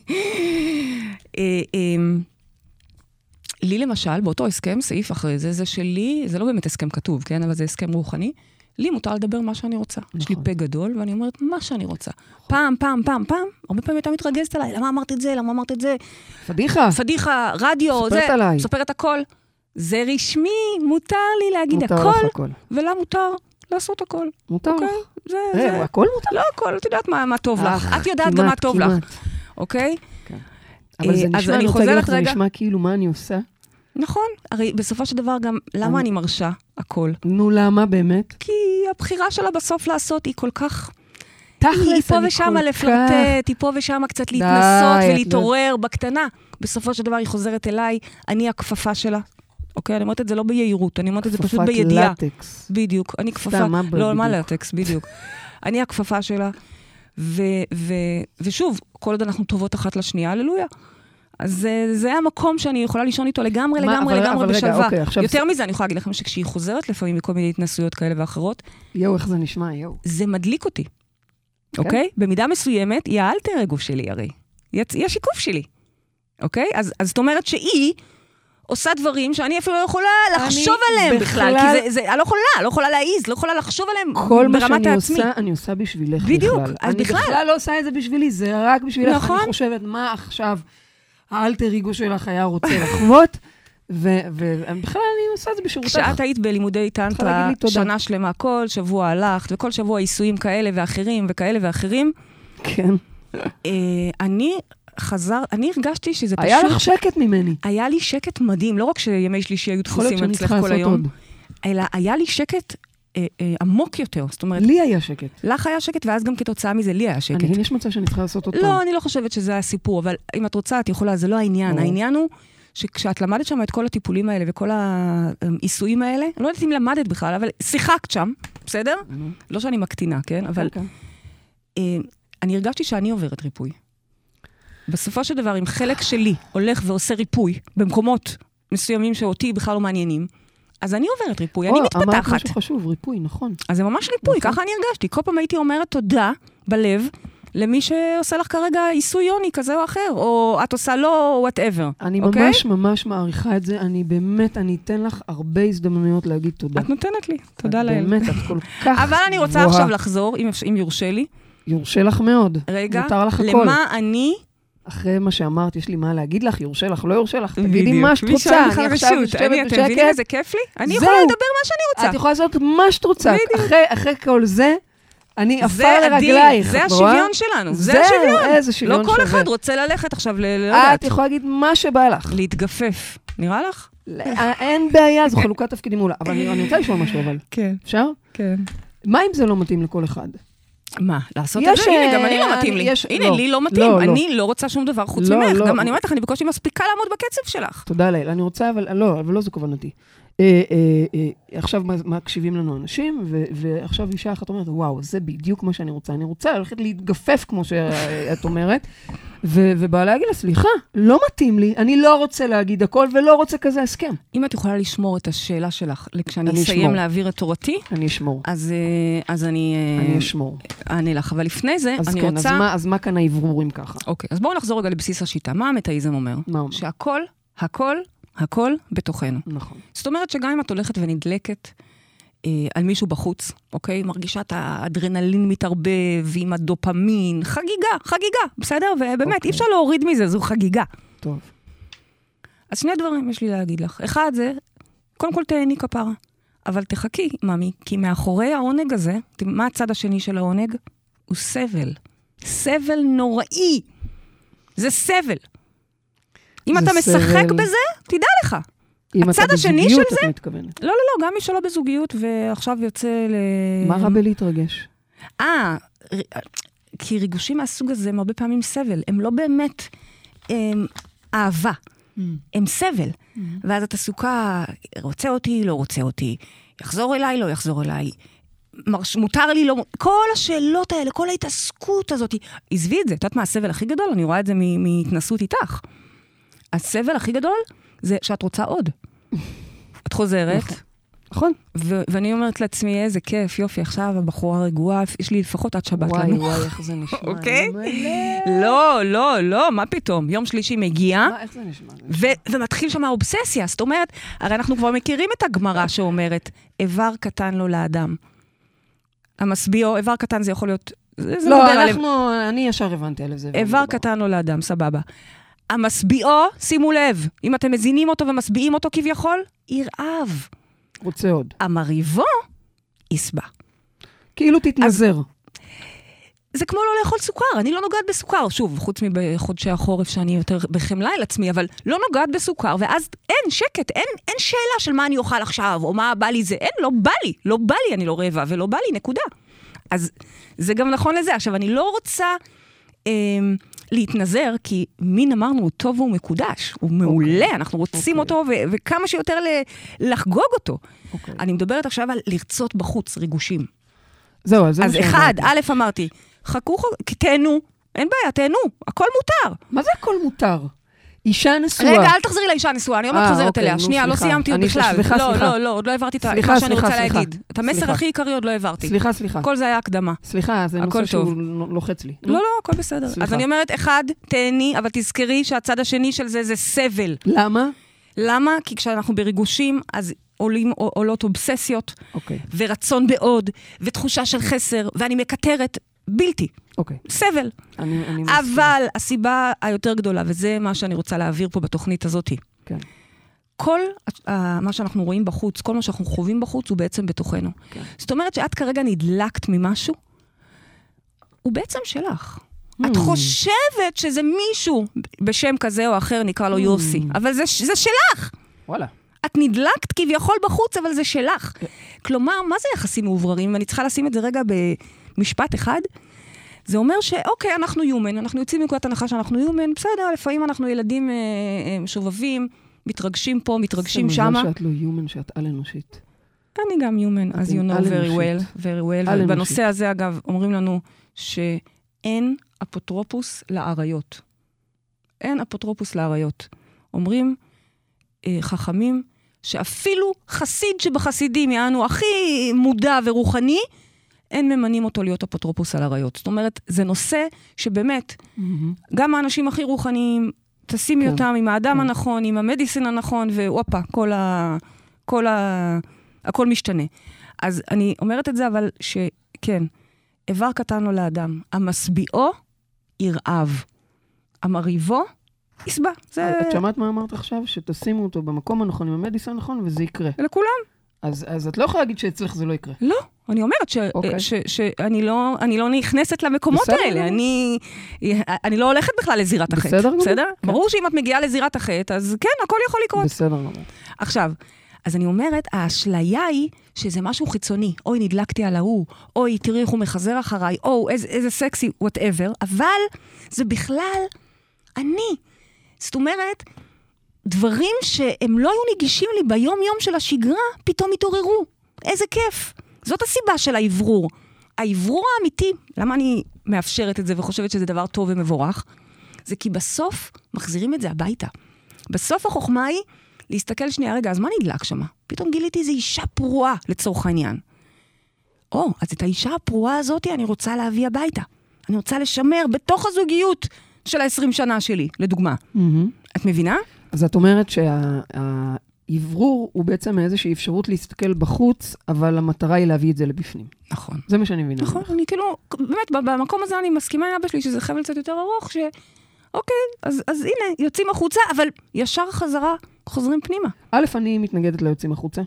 לי למשל, באותו הסכם, סעיף אחרי זה, זה שלי, זה לא באמת הסכם כתוב, כן? אבל זה הסכם רוחני. לי מותר לדבר מה שאני רוצה. יש לי פה גדול, ואני אומרת מה שאני רוצה. פעם, פעם, פעם, פעם, הרבה פעמים הייתה מתרגזת עליי, למה אמרת את זה, למה אמרת את זה? פדיחה. פדיחה, רדיו, זה, סופרת הכל. זה רשמי, מותר לי להגיד הכל, ולה מותר לעשות הכל. מותר לך. זה, זה. הכל מותר? לא הכל, את יודעת מה טוב לך. את יודעת גם מה טוב לך. אוקיי? אבל זה נשמע, אני רוצה להגיד לך, זה נשמע כאילו מה אני עושה. נכון, הרי בסופו של דבר גם, למה אני מרשה הכל? נו, למה באמת? כי הבחירה שלה בסוף לעשות היא כל כך... תכלס, היא פה ושם לפלרטט, היא פה ושם קצת להתנסות ולהתעורר בקטנה. בסופו של דבר היא חוזרת אליי, אני הכפפה שלה. אוקיי, אני אומרת את זה לא ביהירות, אני אומרת את זה פשוט בידיעה. כפפת לטקס. בדיוק, אני כפפה. לא, מה לטקס, בדיוק. אני הכפפה שלה. ושוב, כל עוד אנחנו טובות אחת לשנייה, הללויה. אז זה המקום שאני יכולה לישון איתו לגמרי, לגמרי, לגמרי בשלווה. יותר מזה, אני יכולה להגיד לכם שכשהיא חוזרת לפעמים מכל מיני התנסויות כאלה ואחרות, יואו, איך זה נשמע, יואו. זה מדליק אותי. אוקיי? במידה מסוימת, היא האלטר אגו שלי הרי. היא השיקוף שלי. אוקיי? אז זאת אומרת שהיא עושה דברים שאני אפילו לא יכולה לחשוב עליהם בכלל. כי זה, אני לא יכולה, לא יכולה להעיז, לא יכולה לחשוב עליהם ברמת העצמי. כל מה שאני עושה, אני עושה בשבילך בכלל. בדיוק, אז בכלל. אני בכלל לא עושה את זה בשבילי, זה רק בשבילך. אני חושבת, מה עכשיו האלטר אגו שלך היה רוצה לחוות, ובכלל אני עושה את זה בשירותך. כשאת היית בלימודי טנטרה, שנה שלמה, כל שבוע הלכת, וכל שבוע עיסויים כאלה ואחרים, וכאלה ואחרים. כן. אני חזר, אני הרגשתי שזה פשוט... היה לך שקט ממני. היה לי שקט מדהים, לא רק שימי שלישי היו דפוסים אצלך כל היום, אלא היה לי שקט אה, אה, עמוק יותר, זאת אומרת... לי היה שקט. לך היה שקט, ואז גם כתוצאה מזה, לי היה שקט. אני, יש מצב שאני צריכה לעשות אותו. לא, אני לא חושבת שזה הסיפור, אבל אם את רוצה, את יכולה, זה לא העניין. העניין הוא שכשאת למדת שם את כל הטיפולים האלה, וכל העיסויים האלה, אני לא יודעת אם למדת בכלל, אבל שיחקת שם, בסדר? לא שאני מקטינה, כן? אבל אני הרגשתי שאני עוברת ריפוי. בסופו של דבר, אם חלק שלי הולך ועושה ריפוי במקומות מסוימים שאותי בכלל לא מעניינים, אז אני עוברת ריפוי, אני מתפתחת. אמרת משהו חשוב, ריפוי, נכון. אז זה ממש ריפוי, ככה אני הרגשתי. כל פעם הייתי אומרת תודה בלב, למי שעושה לך כרגע עיסוי יוני כזה או אחר, או את עושה לו, או whatever. אני אוקיי? ממש ממש מעריכה את זה, אני באמת, אני אתן לך הרבה הזדמנויות להגיד תודה. את נותנת לי, תודה לאל. באמת, את כל כך אבל אני רוצה עכשיו לחזור, אם, אם יורשה לי. יורשה לך מאוד. רגע, מותר לך הכל. למה אני... אחרי מה שאמרת, יש לי מה להגיד לך, יורשה לך, לא יורשה לך, תגידי מה שאת רוצה, אני עכשיו משתבת בשקט. אתם מבינים איזה כיף לי? אני יכולה לדבר מה שאני רוצה. את יכולה לעשות מה שאת רוצה. אחרי כל זה, אני אפר לרגלייך. זה השוויון שלנו, זה השוויון. איזה שוויון שווה. לא כל אחד רוצה ללכת עכשיו ל... את יכולה להגיד מה שבא לך. להתגפף. נראה לך? אין בעיה, זו חלוקת תפקידים מולה. אבל אני רוצה לשמוע משהו, אבל. כן. אפשר? כן. מה אם זה לא מתאים לכל אחד? מה? לעשות את זה? הנה, גם אני לא מתאים לי. הנה, לי לא מתאים. אני לא רוצה שום דבר חוץ ממך. גם אני אומרת לך, אני בקושי מספיקה לעמוד בקצב שלך. תודה לאל. אני רוצה, אבל לא, אבל לא זו כוונתי. עכשיו מקשיבים לנו אנשים, ועכשיו אישה אחת אומרת, וואו, זה בדיוק מה שאני רוצה. אני רוצה ללכת להתגפף, כמו שאת אומרת, ובא להגיד לה, סליחה, לא מתאים לי, אני לא רוצה להגיד הכל, ולא רוצה כזה הסכם. אם את יכולה לשמור את השאלה שלך, כשאני אסיים להעביר את תורתי, אני אשמור. אז אני... אני אשמור. אני לך, אבל לפני זה, אני כן, רוצה... אז מה כאן העברורים ככה? אוקיי, אז בואו נחזור רגע לבסיס השיטה. מה המטאיזם אומר? מה אומר? שהכל, הכל, הכל בתוכנו. נכון. זאת אומרת שגם אם את הולכת ונדלקת אה, על מישהו בחוץ, אוקיי? מרגישה את האדרנלין מתערבב עם הדופמין, חגיגה, חגיגה, בסדר? ובאמת, אוקיי. אי אפשר להוריד מזה, זו חגיגה. טוב. אז שני דברים יש לי להגיד לך. אחד זה, קודם כל תהני כפרה, אבל תחכי, ממי, כי מאחורי העונג הזה, מה הצד השני של העונג? הוא סבל. סבל נוראי. זה סבל. אם אתה משחק בזה, תדע לך. הצד השני של זה... לא, לא, לא, גם מי שלא בזוגיות, ועכשיו יוצא ל... מה רע בלהתרגש? אה, כי ריגושים מהסוג הזה הם הרבה פעמים סבל. הם לא באמת הם, אהבה. הם סבל. ואז אתה עסוקה, רוצה אותי, לא רוצה אותי. יחזור אליי, לא יחזור אליי. מותר לי, לא... כל השאלות האלה, כל ההתעסקות הזאת, עזבי את זה. את יודעת מה הסבל הכי גדול? אני רואה את זה מהתנסות איתך. הסבל הכי גדול זה שאת רוצה עוד. את חוזרת. נכון. ואני אומרת לעצמי, איזה כיף, יופי, עכשיו הבחורה רגועה, יש לי לפחות עד שבת לנו. וואי, וואי, איך זה נשמע. אוקיי? לא, לא, לא, מה פתאום? יום שלישי מגיע. מה, איך זה נשמע? ומתחיל שם האובססיה. זאת אומרת, הרי אנחנו כבר מכירים את הגמרא שאומרת, איבר קטן לו לאדם. המשביעו, איבר קטן זה יכול להיות... לא, אנחנו, אני ישר הבנתי על זה. איבר קטן לו לאדם, סבבה. המשביעו, שימו לב, אם אתם מזינים אותו ומשביעים אותו כביכול, ירעב. רוצה עוד. המריבו, יסבע. כאילו תתנזר. זה כמו לא לאכול סוכר, אני לא נוגעת בסוכר, שוב, חוץ מבחודשי החורף שאני יותר בחמלה אל עצמי, אבל לא נוגעת בסוכר, ואז אין שקט, אין, אין שאלה של מה אני אוכל עכשיו, או מה בא לי זה, אין, לא בא לי, לא בא לי, אני לא רעבה, ולא בא לי, נקודה. אז זה גם נכון לזה. עכשיו, אני לא רוצה... אה, להתנזר, כי מין אמרנו, הוא טוב והוא מקודש, הוא מעולה, okay. אנחנו רוצים okay. אותו, ו- וכמה שיותר ל- לחגוג אותו. Okay. אני מדברת עכשיו על לרצות בחוץ, ריגושים. זהו, אז זה אז אחד, א' אמרתי, חכו, תהנו, אין בעיה, תהנו, הכל מותר. מה זה הכל מותר? אישה נשואה. רגע, אל תחזרי לאישה נשואה, אני אומרת חוזרת אליה. שנייה, לא סיימתי עוד בכלל. סליחה, לא, סליחה. לא, לא, עוד לא העברתי את מה שאני רוצה להגיד. את המסר הכי עיקרי עוד לא העברתי. סליחה, סליחה. כל זה היה הקדמה. סליחה, זה נושא שהוא לוחץ לי. לא, לא, הכל בסדר. אז אני אומרת, אחד, תהני, אבל תזכרי שהצד השני של זה זה סבל. למה? למה? כי כשאנחנו בריגושים, אז עולים, עולות אובססיות, ורצון בעוד, ותחושה של חסר, ואני מקטרת בלתי. אוקיי. סבל. אני, אני אבל הסיבה היותר גדולה, וזה מה שאני רוצה להעביר פה בתוכנית הזאת. כן. כל uh, מה שאנחנו רואים בחוץ, כל מה שאנחנו חווים בחוץ, הוא בעצם בתוכנו. כן. זאת אומרת שאת כרגע נדלקת ממשהו, הוא בעצם שלך. Mm. את חושבת שזה מישהו בשם כזה או אחר, נקרא לו mm. יוסי, אבל זה, זה שלך. וואלה. את נדלקת כביכול בחוץ, אבל זה שלך. כן. כלומר, מה זה יחסים מעובררים? ואני צריכה לשים את זה רגע במשפט אחד. זה אומר שאוקיי, אנחנו יומן, אנחנו יוצאים מנקודת הנחה שאנחנו יומן, בסדר, לפעמים אנחנו ילדים אה, אה, שובבים, מתרגשים פה, מתרגשים שמה. זה מזל שאת לא יומן, שאת על-אנושית. אני גם יומן, as you know very well, very well. ובנושא הזה, אגב, אומרים לנו שאין אפוטרופוס לעריות. אין אפוטרופוס לעריות. אומרים אה, חכמים, שאפילו חסיד שבחסידים, יענו הכי מודע ורוחני, אין ממנים אותו להיות אפוטרופוס על עריות. זאת אומרת, זה נושא שבאמת, mm-hmm. גם האנשים הכי רוחניים, תשימי כן. אותם עם האדם כן. הנכון, עם המדיסין הנכון, ואופה, כל ה... כל ה... הכל משתנה. אז אני אומרת את זה, אבל שכן, איבר קטן לו לאדם, המשביעו ירעב, המריבו יסבע. זה... את שמעת מה אמרת עכשיו? שתשימו אותו במקום הנכון, עם המדיסין הנכון, וזה יקרה. לכולם. אז, אז את לא יכולה להגיד שאצלך זה לא יקרה. לא, אני אומרת ש, okay. ש, ש, שאני לא, אני לא נכנסת למקומות בסדר האלה. אני, אני לא הולכת בכלל לזירת החטא. בסדר? בסדר? כן. ברור שאם את מגיעה לזירת החטא, אז כן, הכל יכול לקרות. בסדר. עכשיו, אז אני אומרת, האשליה היא שזה משהו חיצוני. אוי, נדלקתי על ההוא, אוי, תראי איך הוא מחזר אחריי, או, איזה, איזה סקסי, whatever, אבל זה בכלל אני. זאת אומרת, דברים שהם לא היו נגישים לי ביום-יום של השגרה, פתאום התעוררו. איזה כיף. זאת הסיבה של העברור. העברור האמיתי, למה אני מאפשרת את זה וחושבת שזה דבר טוב ומבורך? זה כי בסוף מחזירים את זה הביתה. בסוף החוכמה היא להסתכל שנייה, רגע, אז מה נדלק שמה? פתאום גיליתי איזו אישה פרועה לצורך העניין. או, אז את האישה הפרועה הזאת אני רוצה להביא הביתה. אני רוצה לשמר בתוך הזוגיות של ה-עשרים שנה שלי, לדוגמה. Mm-hmm. את מבינה? אז את אומרת שהעברור הוא בעצם איזושהי אפשרות להסתכל בחוץ, אבל המטרה היא להביא את זה לבפנים. נכון. זה מה שאני מבינה. נכון, אני כאילו, באמת, במקום הזה אני מסכימה עם אבא שלי, שזה חבל קצת יותר ארוך, ש... אוקיי, אז, אז הנה, יוצאים החוצה, אבל ישר חזרה, חוזרים פנימה. א', אני מתנגדת ליוצאים החוצה,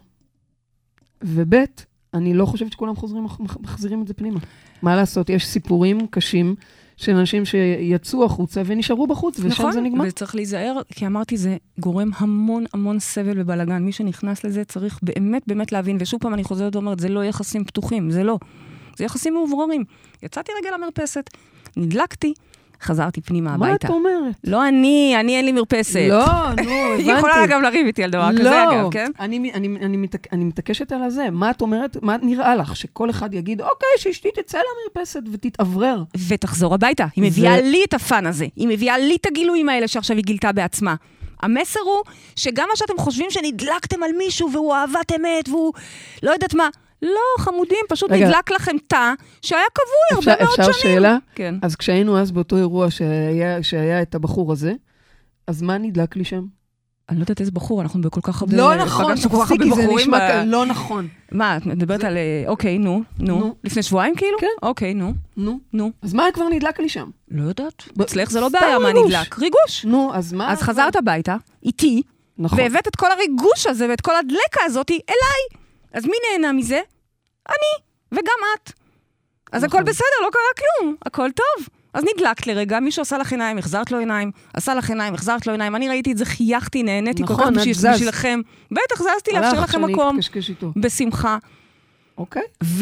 וב', אני לא חושבת שכולם חוזרים, מחזירים את זה פנימה. מה לעשות? יש סיפורים קשים של אנשים שיצאו החוצה ונשארו בחוץ, ושם נכון, זה נגמר. נכון, וצריך להיזהר, כי אמרתי, זה גורם המון המון סבל ובלגן. מי שנכנס לזה צריך באמת באמת להבין, ושוב פעם אני חוזרת ואומרת, זה לא יחסים פתוחים, זה לא. זה יחסים מאובררים. יצאתי רגע למרפסת, נדלקתי, חזרתי פנימה הביתה. מה את אומרת? לא אני, אני אין לי מרפסת. לא, נו, הבנתי. היא יכולה גם לריב איתי על דבר לא, כזה, אגב, כן? אני, אני, אני, מתק, אני מתעקשת על הזה. מה את אומרת? מה נראה לך? שכל אחד יגיד, אוקיי, שאשתי תצא למרפסת ותתעברר. ותחזור הביתה. היא מביאה זה... לי את הפן הזה. היא מביאה לי את הגילויים האלה שעכשיו היא גילתה בעצמה. המסר הוא שגם מה שאתם חושבים שנדלקתם על מישהו והוא אהבת אמת והוא לא יודעת מה, לא, חמודים, פשוט רגע. נדלק לכם תא שהיה קבוי הרבה מאוד שנים. אפשר שאלה? כן. אז כשהיינו אז באותו אירוע שהיה, שהיה את הבחור הזה, אז מה נדלק לי שם? אני לא יודעת איזה בחור, אנחנו בכל כך הרבה... לא נכון, תפסיקי, זה נשמע כאן, לא נכון. מה, את מדברת על... אוקיי, נו, נו. לפני שבועיים כאילו? כן. אוקיי, נו. נו. נו. אז מה כבר נדלק לי שם? לא יודעת. אצלך זה לא בעיה, מה נדלק? ריגוש. נו, אז מה? אז חזרת הביתה, איתי, והבאת את כל הריגוש הזה ואת כל הדלקה הזאת אליי. אז מי נהנה מזה? אני, וגם את. אז הכל בסדר, לא קרה כלום, הכל טוב. אז נדלקת לרגע, מישהו עשה לך עיניים, החזרת לו עיניים, עשה לך עיניים, החזרת לו עיניים, אני ראיתי את זה, חייכתי, נהניתי כל כך בשבילכם. בטח, זזתי לאפשר לכם מקום, בשמחה. אוקיי.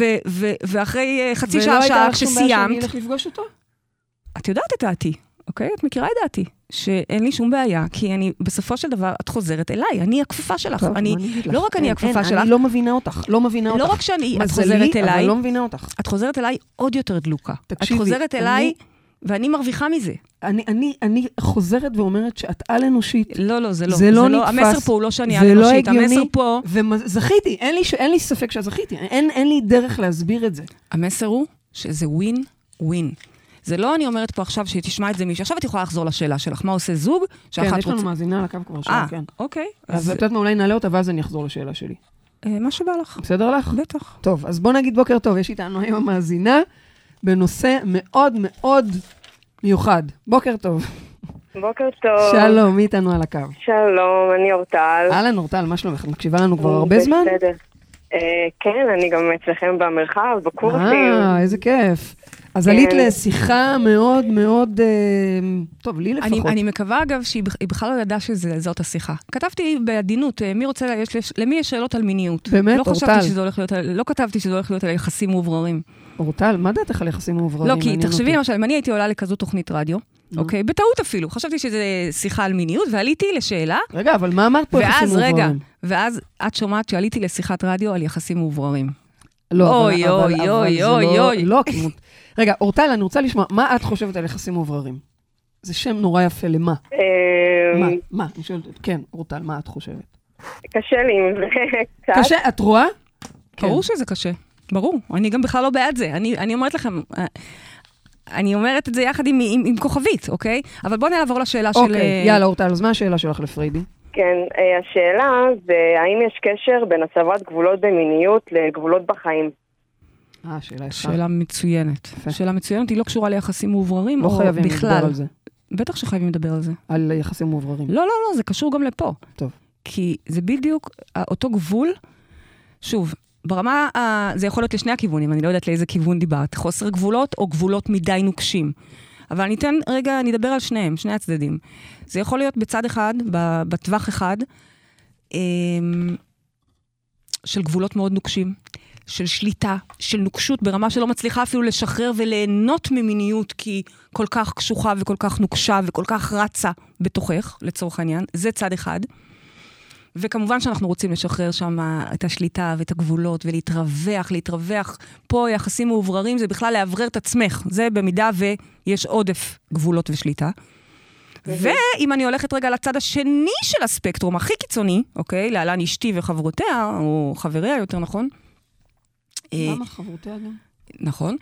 ואחרי חצי שעה, שעה, כשסיימת... ולא הייתה לך שום בעיה שאני אלך לפגוש אותו? את יודעת את דעתי, אוקיי? את מכירה את דעתי. שאין לי שום בעיה, כי אני, בסופו של דבר, את חוזרת אליי, אני הכפופה שלך. אני, לא רק אני הכפופה שלך. אני לא מבינה אותך, לא מבינה אותך. לא רק שאני, את חוזרת אליי. אבל לא מבינה אותך. את חוזרת אליי עוד יותר דלוקה. את חוזרת אליי, ואני מרוויחה מזה. אני, אני, אני חוזרת ואומרת שאת על אנושית. לא, לא, זה לא. זה לא נתפס. המסר פה הוא לא שאני על אנושית. המסר פה... וזכיתי, אין לי, אין לי ספק שזכיתי. אין, אין לי דרך להסביר את זה. המסר הוא שזה ווין, ווין. זה לא אני אומרת פה עכשיו שתשמע את זה מישהו. עכשיו את יכולה לחזור לשאלה שלך. מה עושה זוג? כן, יש לנו מאזינה על הקו כבר שעה, כן. אוקיי. אז את יודעת מה, אולי נעלה אותה, ואז אני אחזור לשאלה שלי. מה שבא לך. בסדר לך? בטח. טוב, אז בוא נגיד בוקר טוב. יש איתנו היום המאזינה בנושא מאוד מאוד מיוחד. בוקר טוב. בוקר טוב. שלום, מי איתנו על הקו? שלום, אני אורטל. אהלן אורטל, מה שלומך? מקשיבה לנו כבר הרבה זמן? בסדר. כן, אני גם אצלכם במרחב, בקורסים. אה, איזה כיף. אז עלית לשיחה מאוד מאוד, טוב, לי לפחות. אני מקווה, אגב, שהיא בכלל לא ידעה שזאת השיחה. כתבתי בעדינות, מי רוצה, למי יש שאלות על מיניות? באמת, אורטל. לא כתבתי שזה הולך להיות על יחסים מאובררים. אורטל, מה דעתך על יחסים מאובררים? לא, כי תחשבי, למשל, אם אני הייתי עולה לכזו תוכנית רדיו, אוקיי, בטעות אפילו, חשבתי שזה שיחה על מיניות, ועליתי לשאלה. רגע, אבל מה אמרת פה יחסים מאובררים? ואז, רגע, ואז את שומעת שעליתי לשיחת רדיו על יחסים מאובררים. לא, אוי, אוי, אוי, אוי, אוי. לא, רגע, אורטל, אני רוצה לשמוע, מה את חושבת על יחסים מאובררים? זה שם נורא יפה, למה? מה? מה? אני שואלת, כן, אורטל, מה את חושבת? קשה לי עם זה קצת. קשה, את רואה? ברור שזה קשה. ברור, אני גם בכלל לא בעד זה. אני, אני אומרת לכם, אני אומרת את זה יחד עם, עם, עם כוכבית, אוקיי? אבל בואו נעבור לשאלה אוקיי, של... אוקיי, יאללה, אורטל, אז מה השאלה שלך לפריידי? כן, השאלה זה האם יש קשר בין הצבת גבולות במיניות לגבולות בחיים? אה, שאלה יפה. שאלה מצוינת. שאלה מצוינת, היא לא קשורה ליחסים מאובררים, או בכלל. לא חייבים לדבר על זה. בטח שחייבים לדבר על זה. על יחסים מאובררים. לא, לא, לא, זה קשור גם לפה. טוב. כי זה בדיוק אותו גבול, שוב, ברמה, זה יכול להיות לשני הכיוונים, אני לא יודעת לאיזה כיוון דיברת, חוסר גבולות או גבולות מדי נוקשים. אבל אני אתן, רגע, אני אדבר על שניהם, שני הצדדים. זה יכול להיות בצד אחד, בטווח אחד, של גבולות מאוד נוקשים, של שליטה, של נוקשות, ברמה שלא מצליחה אפילו לשחרר וליהנות ממיניות, כי כל כך קשוחה וכל כך נוקשה וכל כך רצה בתוכך, לצורך העניין. זה צד אחד. וכמובן שאנחנו רוצים לשחרר שם את השליטה ואת הגבולות, ולהתרווח, להתרווח. פה יחסים מאובררים, זה בכלל להברר את עצמך. זה במידה ויש עודף גבולות ושליטה. ואם אני הולכת רגע לצד השני של הספקטרום, הכי קיצוני, אוקיי, להלן אשתי וחברותיה, או חבריה יותר נכון. למה חברותיה גם? נכון.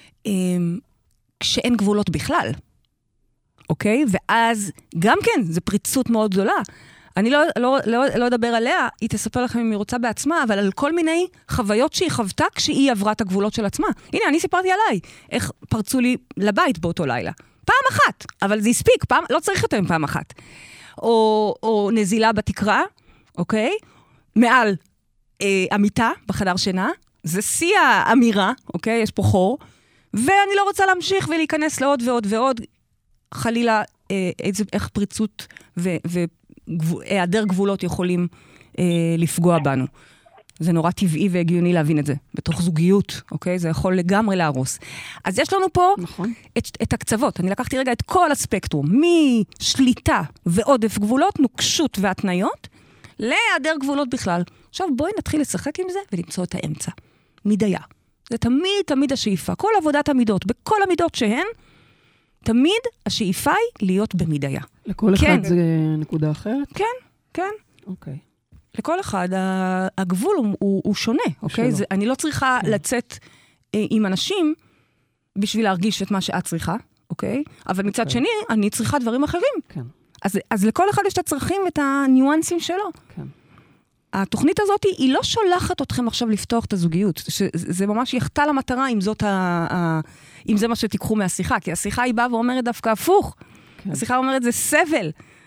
כשאין גבולות בכלל. אוקיי? ואז גם כן, זה פריצות מאוד גדולה. אני לא, לא, לא, לא אדבר עליה, היא תספר לכם אם היא רוצה בעצמה, אבל על כל מיני חוויות שהיא חוותה כשהיא עברה את הגבולות של עצמה. הנה, אני סיפרתי עליי, איך פרצו לי לבית באותו לילה. פעם אחת, אבל זה הספיק, פעם, לא צריך יותר פעם אחת. או, או נזילה בתקרה, אוקיי? מעל אה, המיטה בחדר שינה, זה שיא האמירה, אוקיי? יש פה חור, ואני לא רוצה להמשיך ולהיכנס לעוד ועוד ועוד, חלילה, אה, איזה, איך פריצות ו... ו היעדר גבולות יכולים אה, לפגוע בנו. זה נורא טבעי והגיוני להבין את זה. בתוך זוגיות, אוקיי? זה יכול לגמרי להרוס. אז יש לנו פה נכון. את, את הקצוות. אני לקחתי רגע את כל הספקטרום, משליטה ועודף גבולות, נוקשות והתניות, להיעדר גבולות בכלל. עכשיו בואי נתחיל לשחק עם זה ולמצוא את האמצע. מידיה. זה תמיד, תמיד השאיפה. כל עבודת המידות, בכל המידות שהן, תמיד השאיפה היא להיות במידיה. לכל אחד כן. זה נקודה אחרת? כן, כן. אוקיי. לכל אחד, הגבול הוא, הוא, הוא שונה, אוקיי? זה, אני לא צריכה כן. לצאת אה, עם אנשים בשביל להרגיש את מה שאת צריכה, אוקיי? אבל מצד אוקיי. שני, אני צריכה דברים אחרים. כן. אז, אז לכל אחד יש את הצרכים ואת הניואנסים שלו. כן. התוכנית הזאת היא לא שולחת אתכם עכשיו לפתוח את הזוגיות. זה ממש יחטא למטרה אם, זאת ה, ה, אם זה מה שתיקחו מהשיחה. כי השיחה היא באה ואומרת דווקא הפוך. כן. השיחה אומרת זה סבל.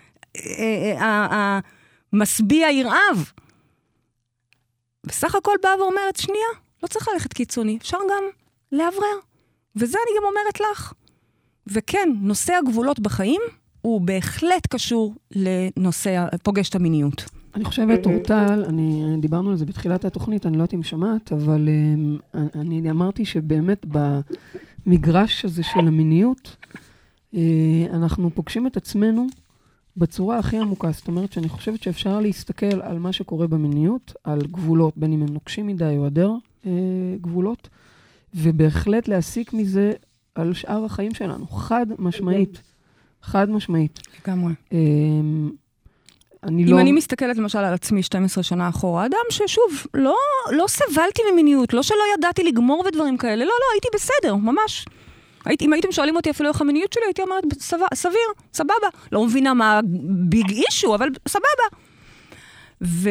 המשביע ירעב. בסך הכל באה ואומרת, שנייה, לא צריך ללכת קיצוני. אפשר גם להברר. וזה אני גם אומרת לך. וכן, נושא הגבולות בחיים הוא בהחלט קשור לנושא פוגש את המיניות. אני חושבת, אורטל, אני, דיברנו על זה בתחילת התוכנית, אני לא יודעת אם שמעת, אבל um, אני אמרתי שבאמת במגרש הזה של המיניות, uh, אנחנו פוגשים את עצמנו בצורה הכי עמוקה. זאת אומרת שאני חושבת שאפשר להסתכל על מה שקורה במיניות, על גבולות, בין אם הם נוקשים מדי או היעדר uh, גבולות, ובהחלט להסיק מזה על שאר החיים שלנו. חד משמעית. חד משמעית. לגמרי. Uh, אני אם לא... אני מסתכלת למשל על עצמי שתים עשרה שנה אחורה, אדם ששוב, לא, לא סבלתי ממיניות, לא שלא ידעתי לגמור ודברים כאלה, לא, לא, הייתי בסדר, ממש. הייתי, אם הייתם שואלים אותי אפילו איך המיניות שלי, הייתי אומרת, סביר, סביר, סבבה. לא מבינה מה ביג אישו, אבל סבבה. ו...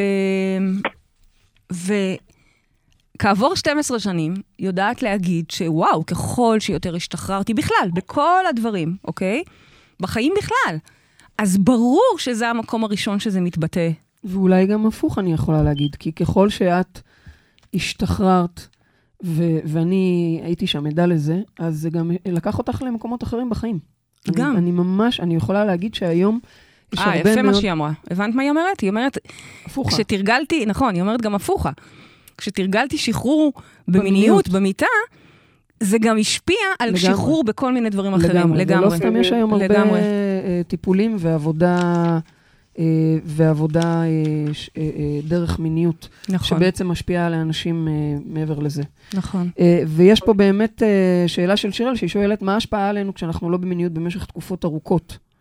וכעבור שתים עשרה שנים, יודעת להגיד שוואו, ככל שיותר השתחררתי בכלל, בכל הדברים, אוקיי? בחיים בכלל. אז ברור שזה המקום הראשון שזה מתבטא. ואולי גם הפוך אני יכולה להגיד, כי ככל שאת השתחררת, ו- ואני הייתי שם עדה לזה, אז זה גם לקח אותך למקומות אחרים בחיים. גם. אני, אני ממש, אני יכולה להגיד שהיום יש 아, הרבה מאוד... אה, יפה מה שהיא אמרה. הבנת מה היא אומרת? היא אומרת... הפוכה. כשתרגלתי, נכון, היא אומרת גם הפוכה. כשתרגלתי שחרור במיניות, במיטה, זה גם השפיע על לגמרי. שחרור בכל מיני דברים אחרים. לגמרי. לגמרי. ולא סתם יש היום הרבה לגמרי. טיפולים ועבודה, ועבודה דרך מיניות, נכון. שבעצם משפיעה על האנשים מעבר לזה. נכון. ויש פה באמת שאלה של שירל, שהיא שואלת, מה ההשפעה עלינו כשאנחנו לא במיניות במשך תקופות ארוכות?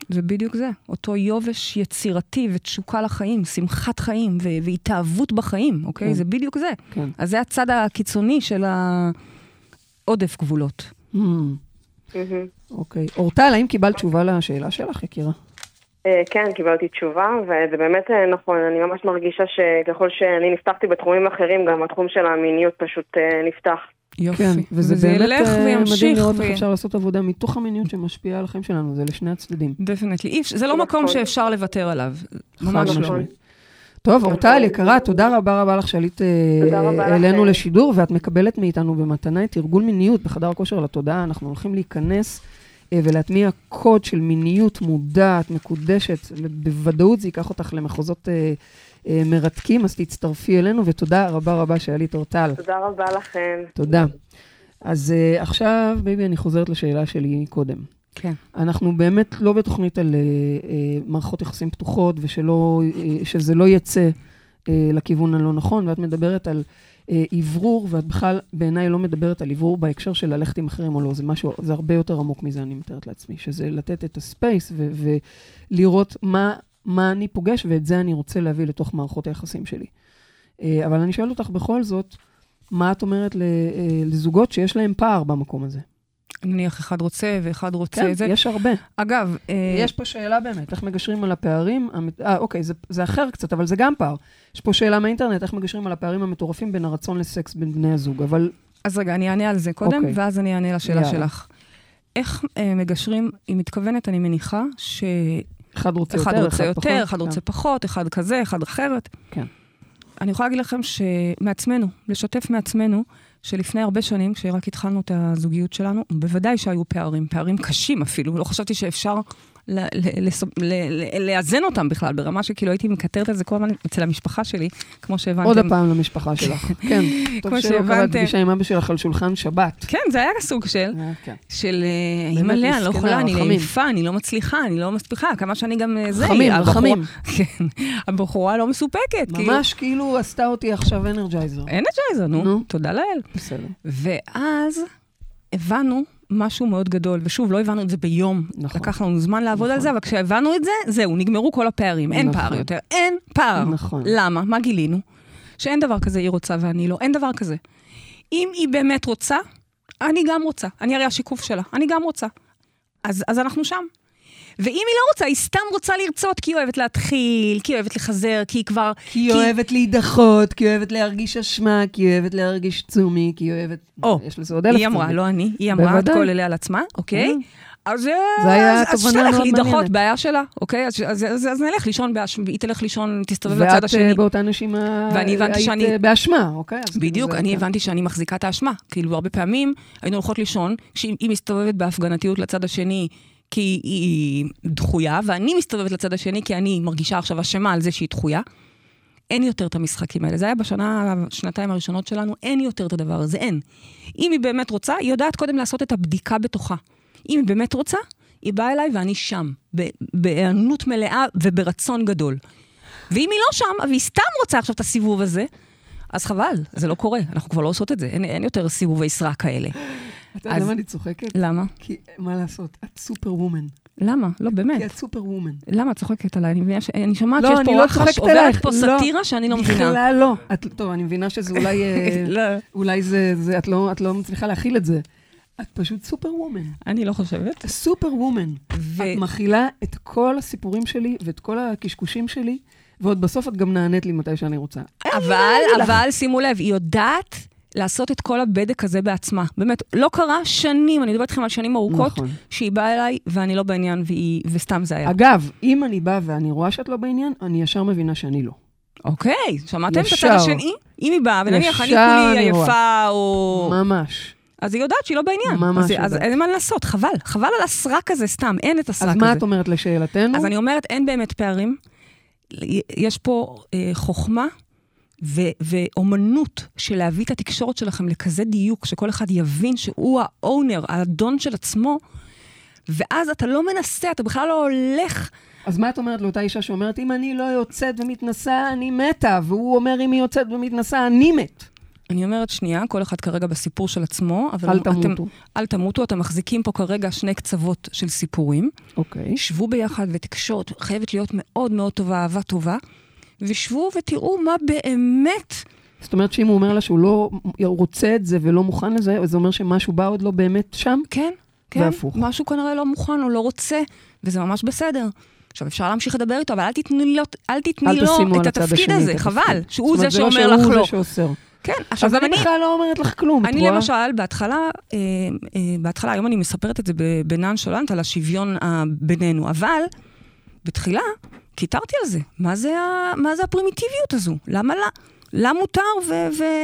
זה בדיוק זה. אותו יובש יצירתי ותשוקה לחיים, שמחת חיים והתאהבות בחיים, אוקיי? כן. זה בדיוק זה. כן. אז זה הצד הקיצוני של העודף גבולות. Mm. Mm-hmm. אוקיי. אורטל, האם קיבלת תשובה לשאלה שלך, יקירה? כן, קיבלתי תשובה, וזה באמת נכון, אני ממש מרגישה שככל שאני נפתחתי בתחומים אחרים, גם התחום של המיניות פשוט נפתח. יופי. כן, וזה, וזה באמת מדהים לראות איך אפשר לעשות עבודה מתוך המיניות שמשפיעה על החיים שלנו, זה לשני הצדדים. דפנטלי, זה לא מקום שאפשר לוותר עליו, ממש לא. טוב, אורטל, יקרה, תודה רבה רבה לך שעלית אלינו לשידור, ואת מקבלת מאיתנו במתנה את ארגון מיניות בחדר הכושר לתודעה, אנחנו הולכים להיכנס ולהטמיע קוד של מיניות מודעת, מקודשת, בוודאות זה ייקח אותך למחוזות מרתקים, אז תצטרפי אלינו, ותודה רבה רבה שעלית אורטל. תודה רבה לכם. תודה. אז uh, עכשיו, ביבי, אני חוזרת לשאלה שלי קודם. כן. אנחנו באמת לא בתוכנית על uh, uh, מערכות יחסים פתוחות, ושלא, uh, שזה לא יצא uh, לכיוון הלא נכון, ואת מדברת על עברור, ואת בכלל בעיניי לא מדברת על עברור בהקשר של ללכת עם אחרים או לא, זה משהו, זה הרבה יותר עמוק מזה, אני מתארת לעצמי, שזה לתת את הספייס ולראות מה, מה אני פוגש, ואת זה אני רוצה להביא לתוך מערכות היחסים שלי. אבל אני שואל אותך בכל זאת, מה את אומרת לזוגות שיש להם פער במקום הזה? נניח אחד רוצה ואחד רוצה כן, את זה. כן, יש הרבה. אגב, יש פה שאלה באמת, איך מגשרים על הפערים? אה, אוקיי, זה, זה אחר קצת, אבל זה גם פער. יש פה שאלה מהאינטרנט, איך מגשרים על הפערים המטורפים בין הרצון לסקס בין בני הזוג, אבל... אז רגע, אני אענה על זה קודם, אוקיי. ואז אני אענה לשאלה יאללה. שלך. איך אה, מגשרים, היא מתכוונת, אני מניחה, ש... אחד רוצה אחד יותר, רוצה אחד יותר, פחות. אחד רוצה כן. פחות, אחד כזה, אחד אחרת. כן. אני יכולה להגיד לכם שמעצמנו, לשתף מעצמנו, שלפני הרבה שנים, כשרק התחלנו את הזוגיות שלנו, בוודאי שהיו פערים, פערים קשים אפילו, לא חשבתי שאפשר לאזן אותם בכלל, ברמה שכאילו הייתי מקטרת את זה כל הזמן אצל המשפחה שלי, כמו שהבנתם. עוד הפעם למשפחה שלך, כן. טוב שלא קראת פגישה עם אבא שלך על שולחן שבת. כן, זה היה סוג של, של, אימא לאה, אני לא יכולה, אני לעיפה, אני לא מצליחה, אני לא מצליחה, כמה שאני גם זה. רחמים, רחמים. כן, הבחורה לא מסופקת. ממש כאילו עשתה אותי עכשיו אנרג'ייזר. אנרג'ייזר, נו, תודה לאל. בסדר. ואז הבנו משהו מאוד גדול, ושוב, לא הבנו את זה ביום, נכון. לקח לנו זמן לעבוד נכון. על זה, אבל כשהבנו את זה, זהו, נגמרו כל הפערים, אין נכון. פער יותר, אין פער. נכון. למה? מה גילינו? שאין דבר כזה, היא רוצה ואני לא, אין דבר כזה. אם היא באמת רוצה, אני גם רוצה, אני הרי השיקוף שלה, אני גם רוצה. אז, אז אנחנו שם. ואם היא לא רוצה, היא סתם רוצה לרצות, כי היא אוהבת להתחיל, כי היא אוהבת לחזר, כי היא כבר... כי היא כי... אוהבת להידחות, כי היא אוהבת להרגיש אשמה, כי היא אוהבת להרגיש צומי, כי היא אוהבת... או, יש לזה עוד אלף היא אמרה, לא אני, היא אמרה את כל אלה על עצמה, אוקיי? אז זה היה תובנה מאוד מעניינת. להידחות, בעיה שלה, אוקיי? אז נלך לישון, היא תלך לישון, תסתובב לצד השני. ואת באותה נשימה היית באשמה, אוקיי? בדיוק, אני הבנתי שאני מחזיקה את האשמה. כאילו, הרבה פעמים היינו הולכות לישון, כשהיא מסתובבת בהפגנתיות לצד השני, כי היא דחויה, ואני מסתובבת לצד השני, כי אני מרגישה עכשיו אשמה על זה שהיא דחויה. אין יותר את המשחקים האלה. זה היה בשנה, שנתיים הראשונות שלנו, אין יותר את הדבר הזה, אין. אם היא באמת רוצה, היא יודעת קודם לעשות את הבדיקה בתוכה. אם היא באמת רוצה, היא באה אליי ואני שם, בהיענות מלאה וברצון גדול. ואם היא לא שם, והיא סתם רוצה עכשיו את הסיבוב הזה, אז חבל, זה לא קורה. אנחנו כבר לא עושות את זה. אין, אין יותר סיבובי סרק כאלה. אתה יודע למה אני צוחקת? למה? כי, מה לעשות? את סופר וומן. למה? לא, באמת. כי את סופר וומן. למה את צוחקת עליי? אני מבינה ש... אני שומעת שיש פה רחש, עוברת פה סטירה שאני לא מבינה. בכלל לא. טוב, אני מבינה שזה אולי... אולי זה... את לא מצליחה להכיל את זה. את פשוט סופר וומן. אני לא חושבת. סופר וומן. את מכילה את כל הסיפורים שלי ואת כל הקשקושים שלי, ועוד בסוף את גם נענית לי מתי שאני רוצה. אבל, אבל, שימו לב, היא יודעת לעשות את כל הבדק הזה בעצמה. באמת, לא קרה שנים, אני מדברת לכם על שנים ארוכות, נכון. שהיא באה אליי ואני לא בעניין, והיא, וסתם זה היה. אגב, אם אני באה ואני רואה שאת לא בעניין, אני ישר מבינה שאני לא. אוקיי, שמעתם את הצד השני? אם היא באה, ונניח אני כולי עייפה, או... ממש. אז היא יודעת שהיא לא בעניין. ממש אז, אז אין מה לעשות, חבל. חבל על הסרק הזה סתם, אין את הסרק אז הזה. מה את אומרת לשאלתנו? אז אני אומרת, אין באמת פערים. יש פה אה, חוכמה, ו- ואומנות של להביא את התקשורת שלכם לכזה דיוק, שכל אחד יבין שהוא האונר, האדון של עצמו, ואז אתה לא מנסה, אתה בכלל לא הולך. אז מה את אומרת לאותה אישה שאומרת, אם אני לא יוצאת ומתנסה, אני מתה, והוא אומר, אם היא יוצאת ומתנסה, אני מת. אני אומרת שנייה, כל אחד כרגע בסיפור של עצמו, אבל אל תמותו. אתם, אל תמותו, אתם מחזיקים פה כרגע שני קצוות של סיפורים. אוקיי. שבו ביחד ותקשורת, חייבת להיות מאוד מאוד טובה, אהבה טובה, ושבו ותראו מה באמת... זאת אומרת שאם הוא אומר לה שהוא לא רוצה את זה ולא מוכן לזה, זה אומר שמשהו בא עוד לא באמת שם? כן, כן. והפוך. משהו כנראה לא מוכן או לא רוצה, וזה ממש בסדר. עכשיו, אפשר להמשיך לדבר איתו, אבל אל תתני לו, אל תתני לו את התפקיד הזה, חבל, שהוא זה שאומר לך לא. הוא זה שאוסר. כן, עכשיו גם אני בכלל לא אומרת לך כלום. אני למשל, בהתחלה, בהתחלה, היום אני מספרת את זה בנן שולנט, על השוויון בינינו, אבל בתחילה, קיטרתי על זה. מה זה הפרימיטיביות הזו? למה לה? למה מותר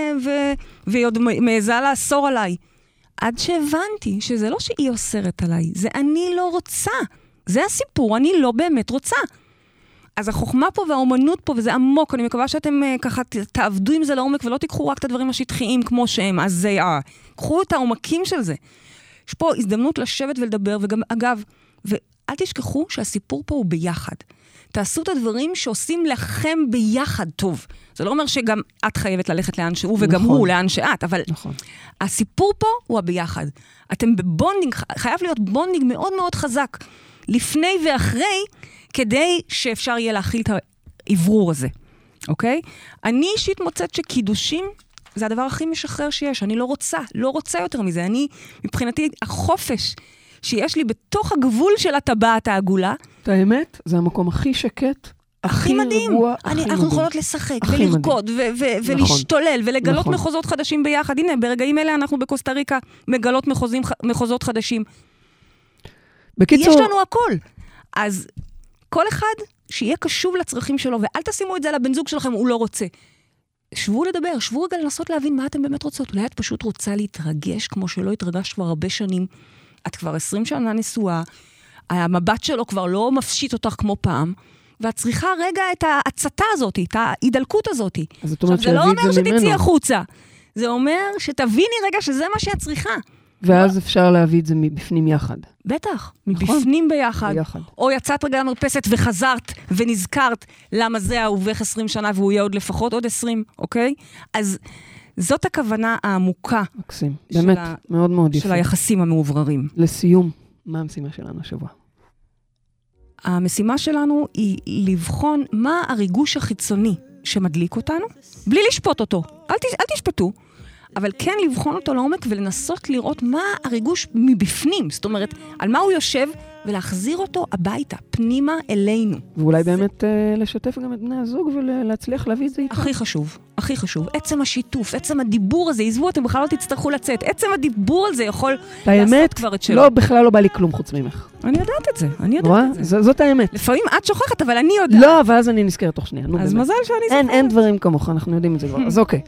והיא עוד מעזה לאסור עליי? עד שהבנתי שזה לא שהיא אוסרת עליי, זה אני לא רוצה. זה הסיפור, אני לא באמת רוצה. אז החוכמה פה והאומנות פה, וזה עמוק, אני מקווה שאתם uh, ככה תעבדו עם זה לעומק, ולא תיקחו רק את הדברים השטחיים כמו שהם, אז זה, אה, קחו את העומקים של זה. יש פה הזדמנות לשבת ולדבר, וגם, אגב, ואל תשכחו שהסיפור פה הוא ביחד. תעשו את הדברים שעושים לכם ביחד טוב. זה לא אומר שגם את חייבת ללכת לאן שהוא, וגם נכון. הוא לאן שאת, אבל נכון. הסיפור פה הוא הביחד. אתם בבונדינג, חייב להיות בונדינג מאוד מאוד חזק, לפני ואחרי, כדי שאפשר יהיה להכיל את העברור הזה. אוקיי? אני אישית מוצאת שקידושים, זה הדבר הכי משחרר שיש. אני לא רוצה, לא רוצה יותר מזה. אני, מבחינתי, החופש שיש לי בתוך הגבול של הטבעת העגולה. את האמת, זה המקום הכי שקט, הכי מדהים. רגוע, הכי מדהים. אנחנו יכולות לשחק ולרקוד ולהשתולל ולגלות מחוזות חדשים ביחד. הנה, ברגעים אלה אנחנו בקוסטה ריקה מגלות מחוזות חדשים. בקיצור... יש לנו הכל. אז כל אחד שיהיה קשוב לצרכים שלו, ואל תשימו את זה על הבן זוג שלכם, הוא לא רוצה. שבו לדבר, שבו רגע לנסות להבין מה אתם באמת רוצות. אולי את פשוט רוצה להתרגש, כמו שלא התרגש כבר הרבה שנים. את כבר עשרים שנה נשואה, המבט שלו כבר לא מפשיט אותך כמו פעם, ואת צריכה רגע את ההצתה הזאת, את ההידלקות הזאת. אז זאת אומרת זה לא אומר שתצאי החוצה. זה אומר שתביני רגע שזה מה שאת צריכה. ואז אפשר להביא את זה מבפנים יחד. בטח, מבפנים ביחד. או יצאת רגע למרפסת וחזרת ונזכרת למה זה אהובך עשרים שנה והוא יהיה עוד לפחות עוד עשרים, אוקיי? אז זאת הכוונה העמוקה. מקסים, באמת, מאוד מאוד יפה. של היחסים המעובררים. לסיום, מה המשימה שלנו השבוע? המשימה שלנו היא לבחון מה הריגוש החיצוני שמדליק אותנו, בלי לשפוט אותו. אל, אל תשפטו. אבל כן לבחון אותו לעומק ולנסות לראות מה הריגוש מבפנים. זאת אומרת, על מה הוא יושב ולהחזיר אותו הביתה, פנימה אלינו. ואולי באמת אה, לשתף גם את בני הזוג ולהצליח להביא את זה איתו. הכי חשוב, הכי חשוב. עצם השיתוף, עצם הדיבור הזה, עזבו, אתם בכלל לא תצטרכו לצאת. עצם הדיבור הזה יכול לעשות כבר את שלו. לא, בכלל לא בא לי כלום חוץ ממך. אני יודעת את זה, אני יודעת את זה. זאת האמת. לפעמים את שוכחת, אבל אני יודעת. לא, אבל אז אני נזכרת תוך שנייה. אז מזל שאני זוכרת. אין, אין דברים כמוך, אנחנו יודעים את זה כבר. אז אוקיי.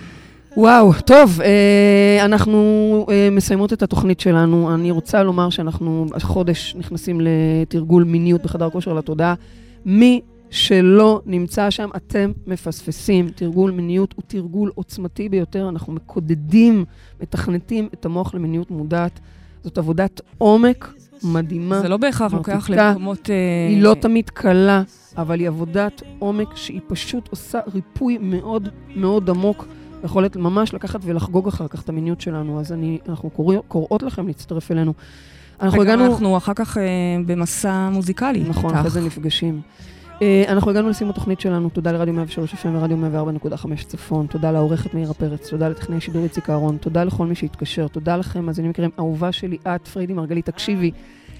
וואו, טוב, אה, אנחנו אה, מסיימות את התוכנית שלנו. אני רוצה לומר שאנחנו החודש נכנסים לתרגול מיניות בחדר כושר לתודעה. מי שלא נמצא שם, אתם מפספסים. תרגול מיניות הוא תרגול עוצמתי ביותר. אנחנו מקודדים, מתכנתים את המוח למיניות מודעת. זאת עבודת עומק מדהימה. זה לא בהכרח לוקח למקומות... היא לא תמיד קלה, אבל היא עבודת עומק שהיא פשוט עושה ריפוי מאוד מאוד עמוק. יכולת ממש לקחת ולחגוג אחר כך את המיניות שלנו, אז אני, אנחנו קורא, קוראות לכם להצטרף אלינו. אנחנו הגענו... אנחנו אחר כך אה, במסע מוזיקלי. נכון, אחרי זה נפגשים. אה, אנחנו הגענו לסיום התוכנית שלנו, תודה לרדיו מאה ושלוש אף אם ורדיו מאה וארבע נקודה חמש צפון, תודה לעורכת מאירה פרץ, תודה לטכנאי שידור איציק אהרון, תודה לכל מי שהתקשר, תודה לכם, אז אני מכירים, אהובה שלי, את, פריידי מרגלית, תקשיבי.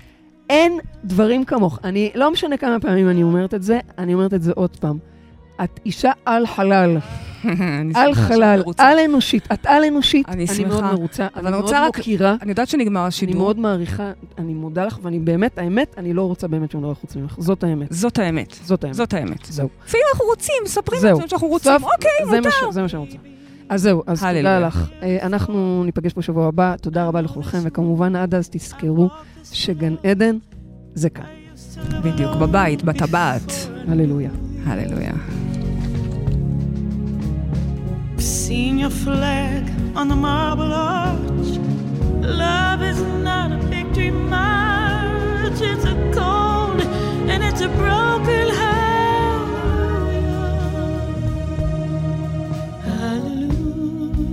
אין דברים כמוך. אני, לא משנה כמה פעמים אני אומרת את זה, אני אומרת את זה עוד פעם. את אישה על חלל. על חלל, על אנושית. את על אנושית. אני מאוד מרוצה. אני מאוד מוקירה. אני יודעת שנגמר השידור. אני מאוד מעריכה, אני מודה לך, ואני באמת, האמת, אני לא רוצה באמת שום דבר חוץ ממך. זאת האמת. זאת האמת. זאת האמת. זאת האמת. זהו. אפילו אנחנו רוצים, מספרים לעצמם שאנחנו רוצים. אוקיי, מותר. זה מה שאני רוצה. אז זהו, אז תודה לך. אנחנו ניפגש בשבוע הבא. תודה רבה לכולכם, וכמובן עד אז תזכרו שגן עדן זה כאן. בדיוק, בבית, בטבעת. הללויה. הללויה. Seen your flag on the marble arch. Love is not a victory march. It's a cold and it's a broken heart. Hallelujah.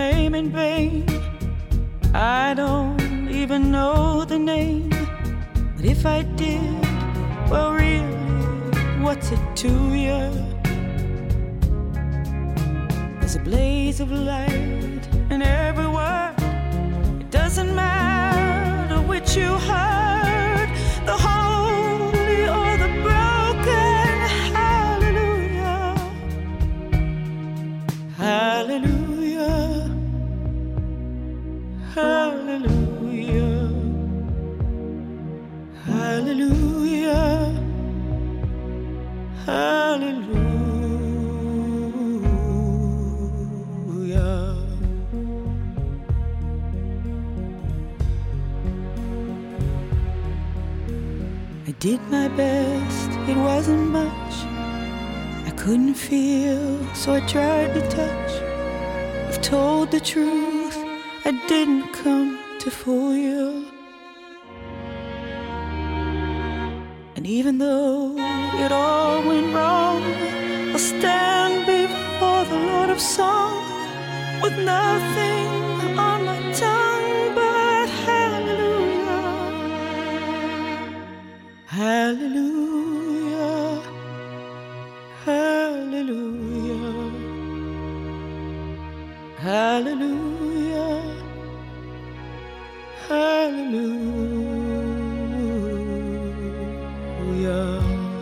name in vain. I don't even know the name, but if I did, well really, what's it to you? There's a blaze of light in every word. It doesn't matter which you heard, the holy or the broken. Hallelujah, hallelujah, hallelujah, hallelujah, hallelujah. I did my best, it wasn't much. I couldn't feel, so I tried to touch. I've told the truth, I didn't come to fool you. And even though it all went wrong, I'll stand before the Lord of Song with nothing on my tongue but hallelujah, hallelujah, hallelujah, hallelujah, hallelujah.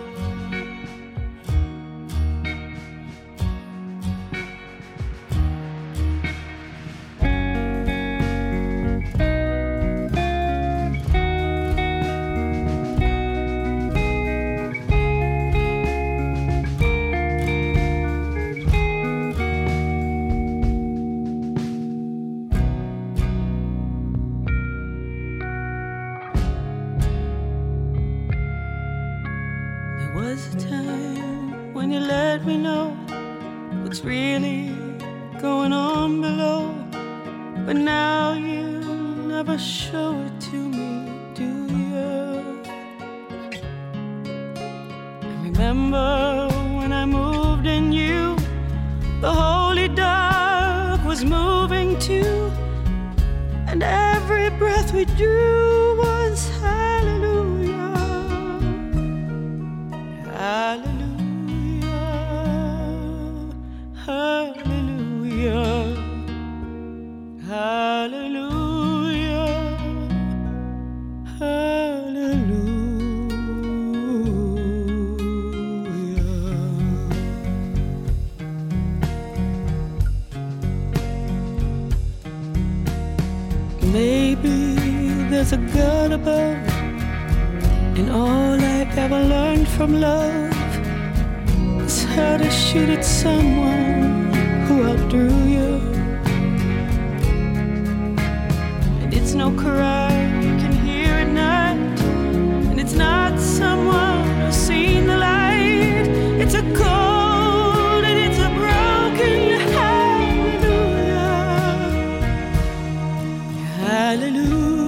Me know what's really going on below, but now you never show it to me, do you? I remember when I moved in you, the holy dark was moving too, and every breath we drew was hallelujah, hallelujah, hallelujah, hallelujah, hallelujah. Maybe there's a God above, and all I ever learned from love is how to shoot at someone who outdrew you. And it's no cry you can hear at night, and it's not someone who's seen the light. It's a cold and it's a broken hallelujah, hallelujah,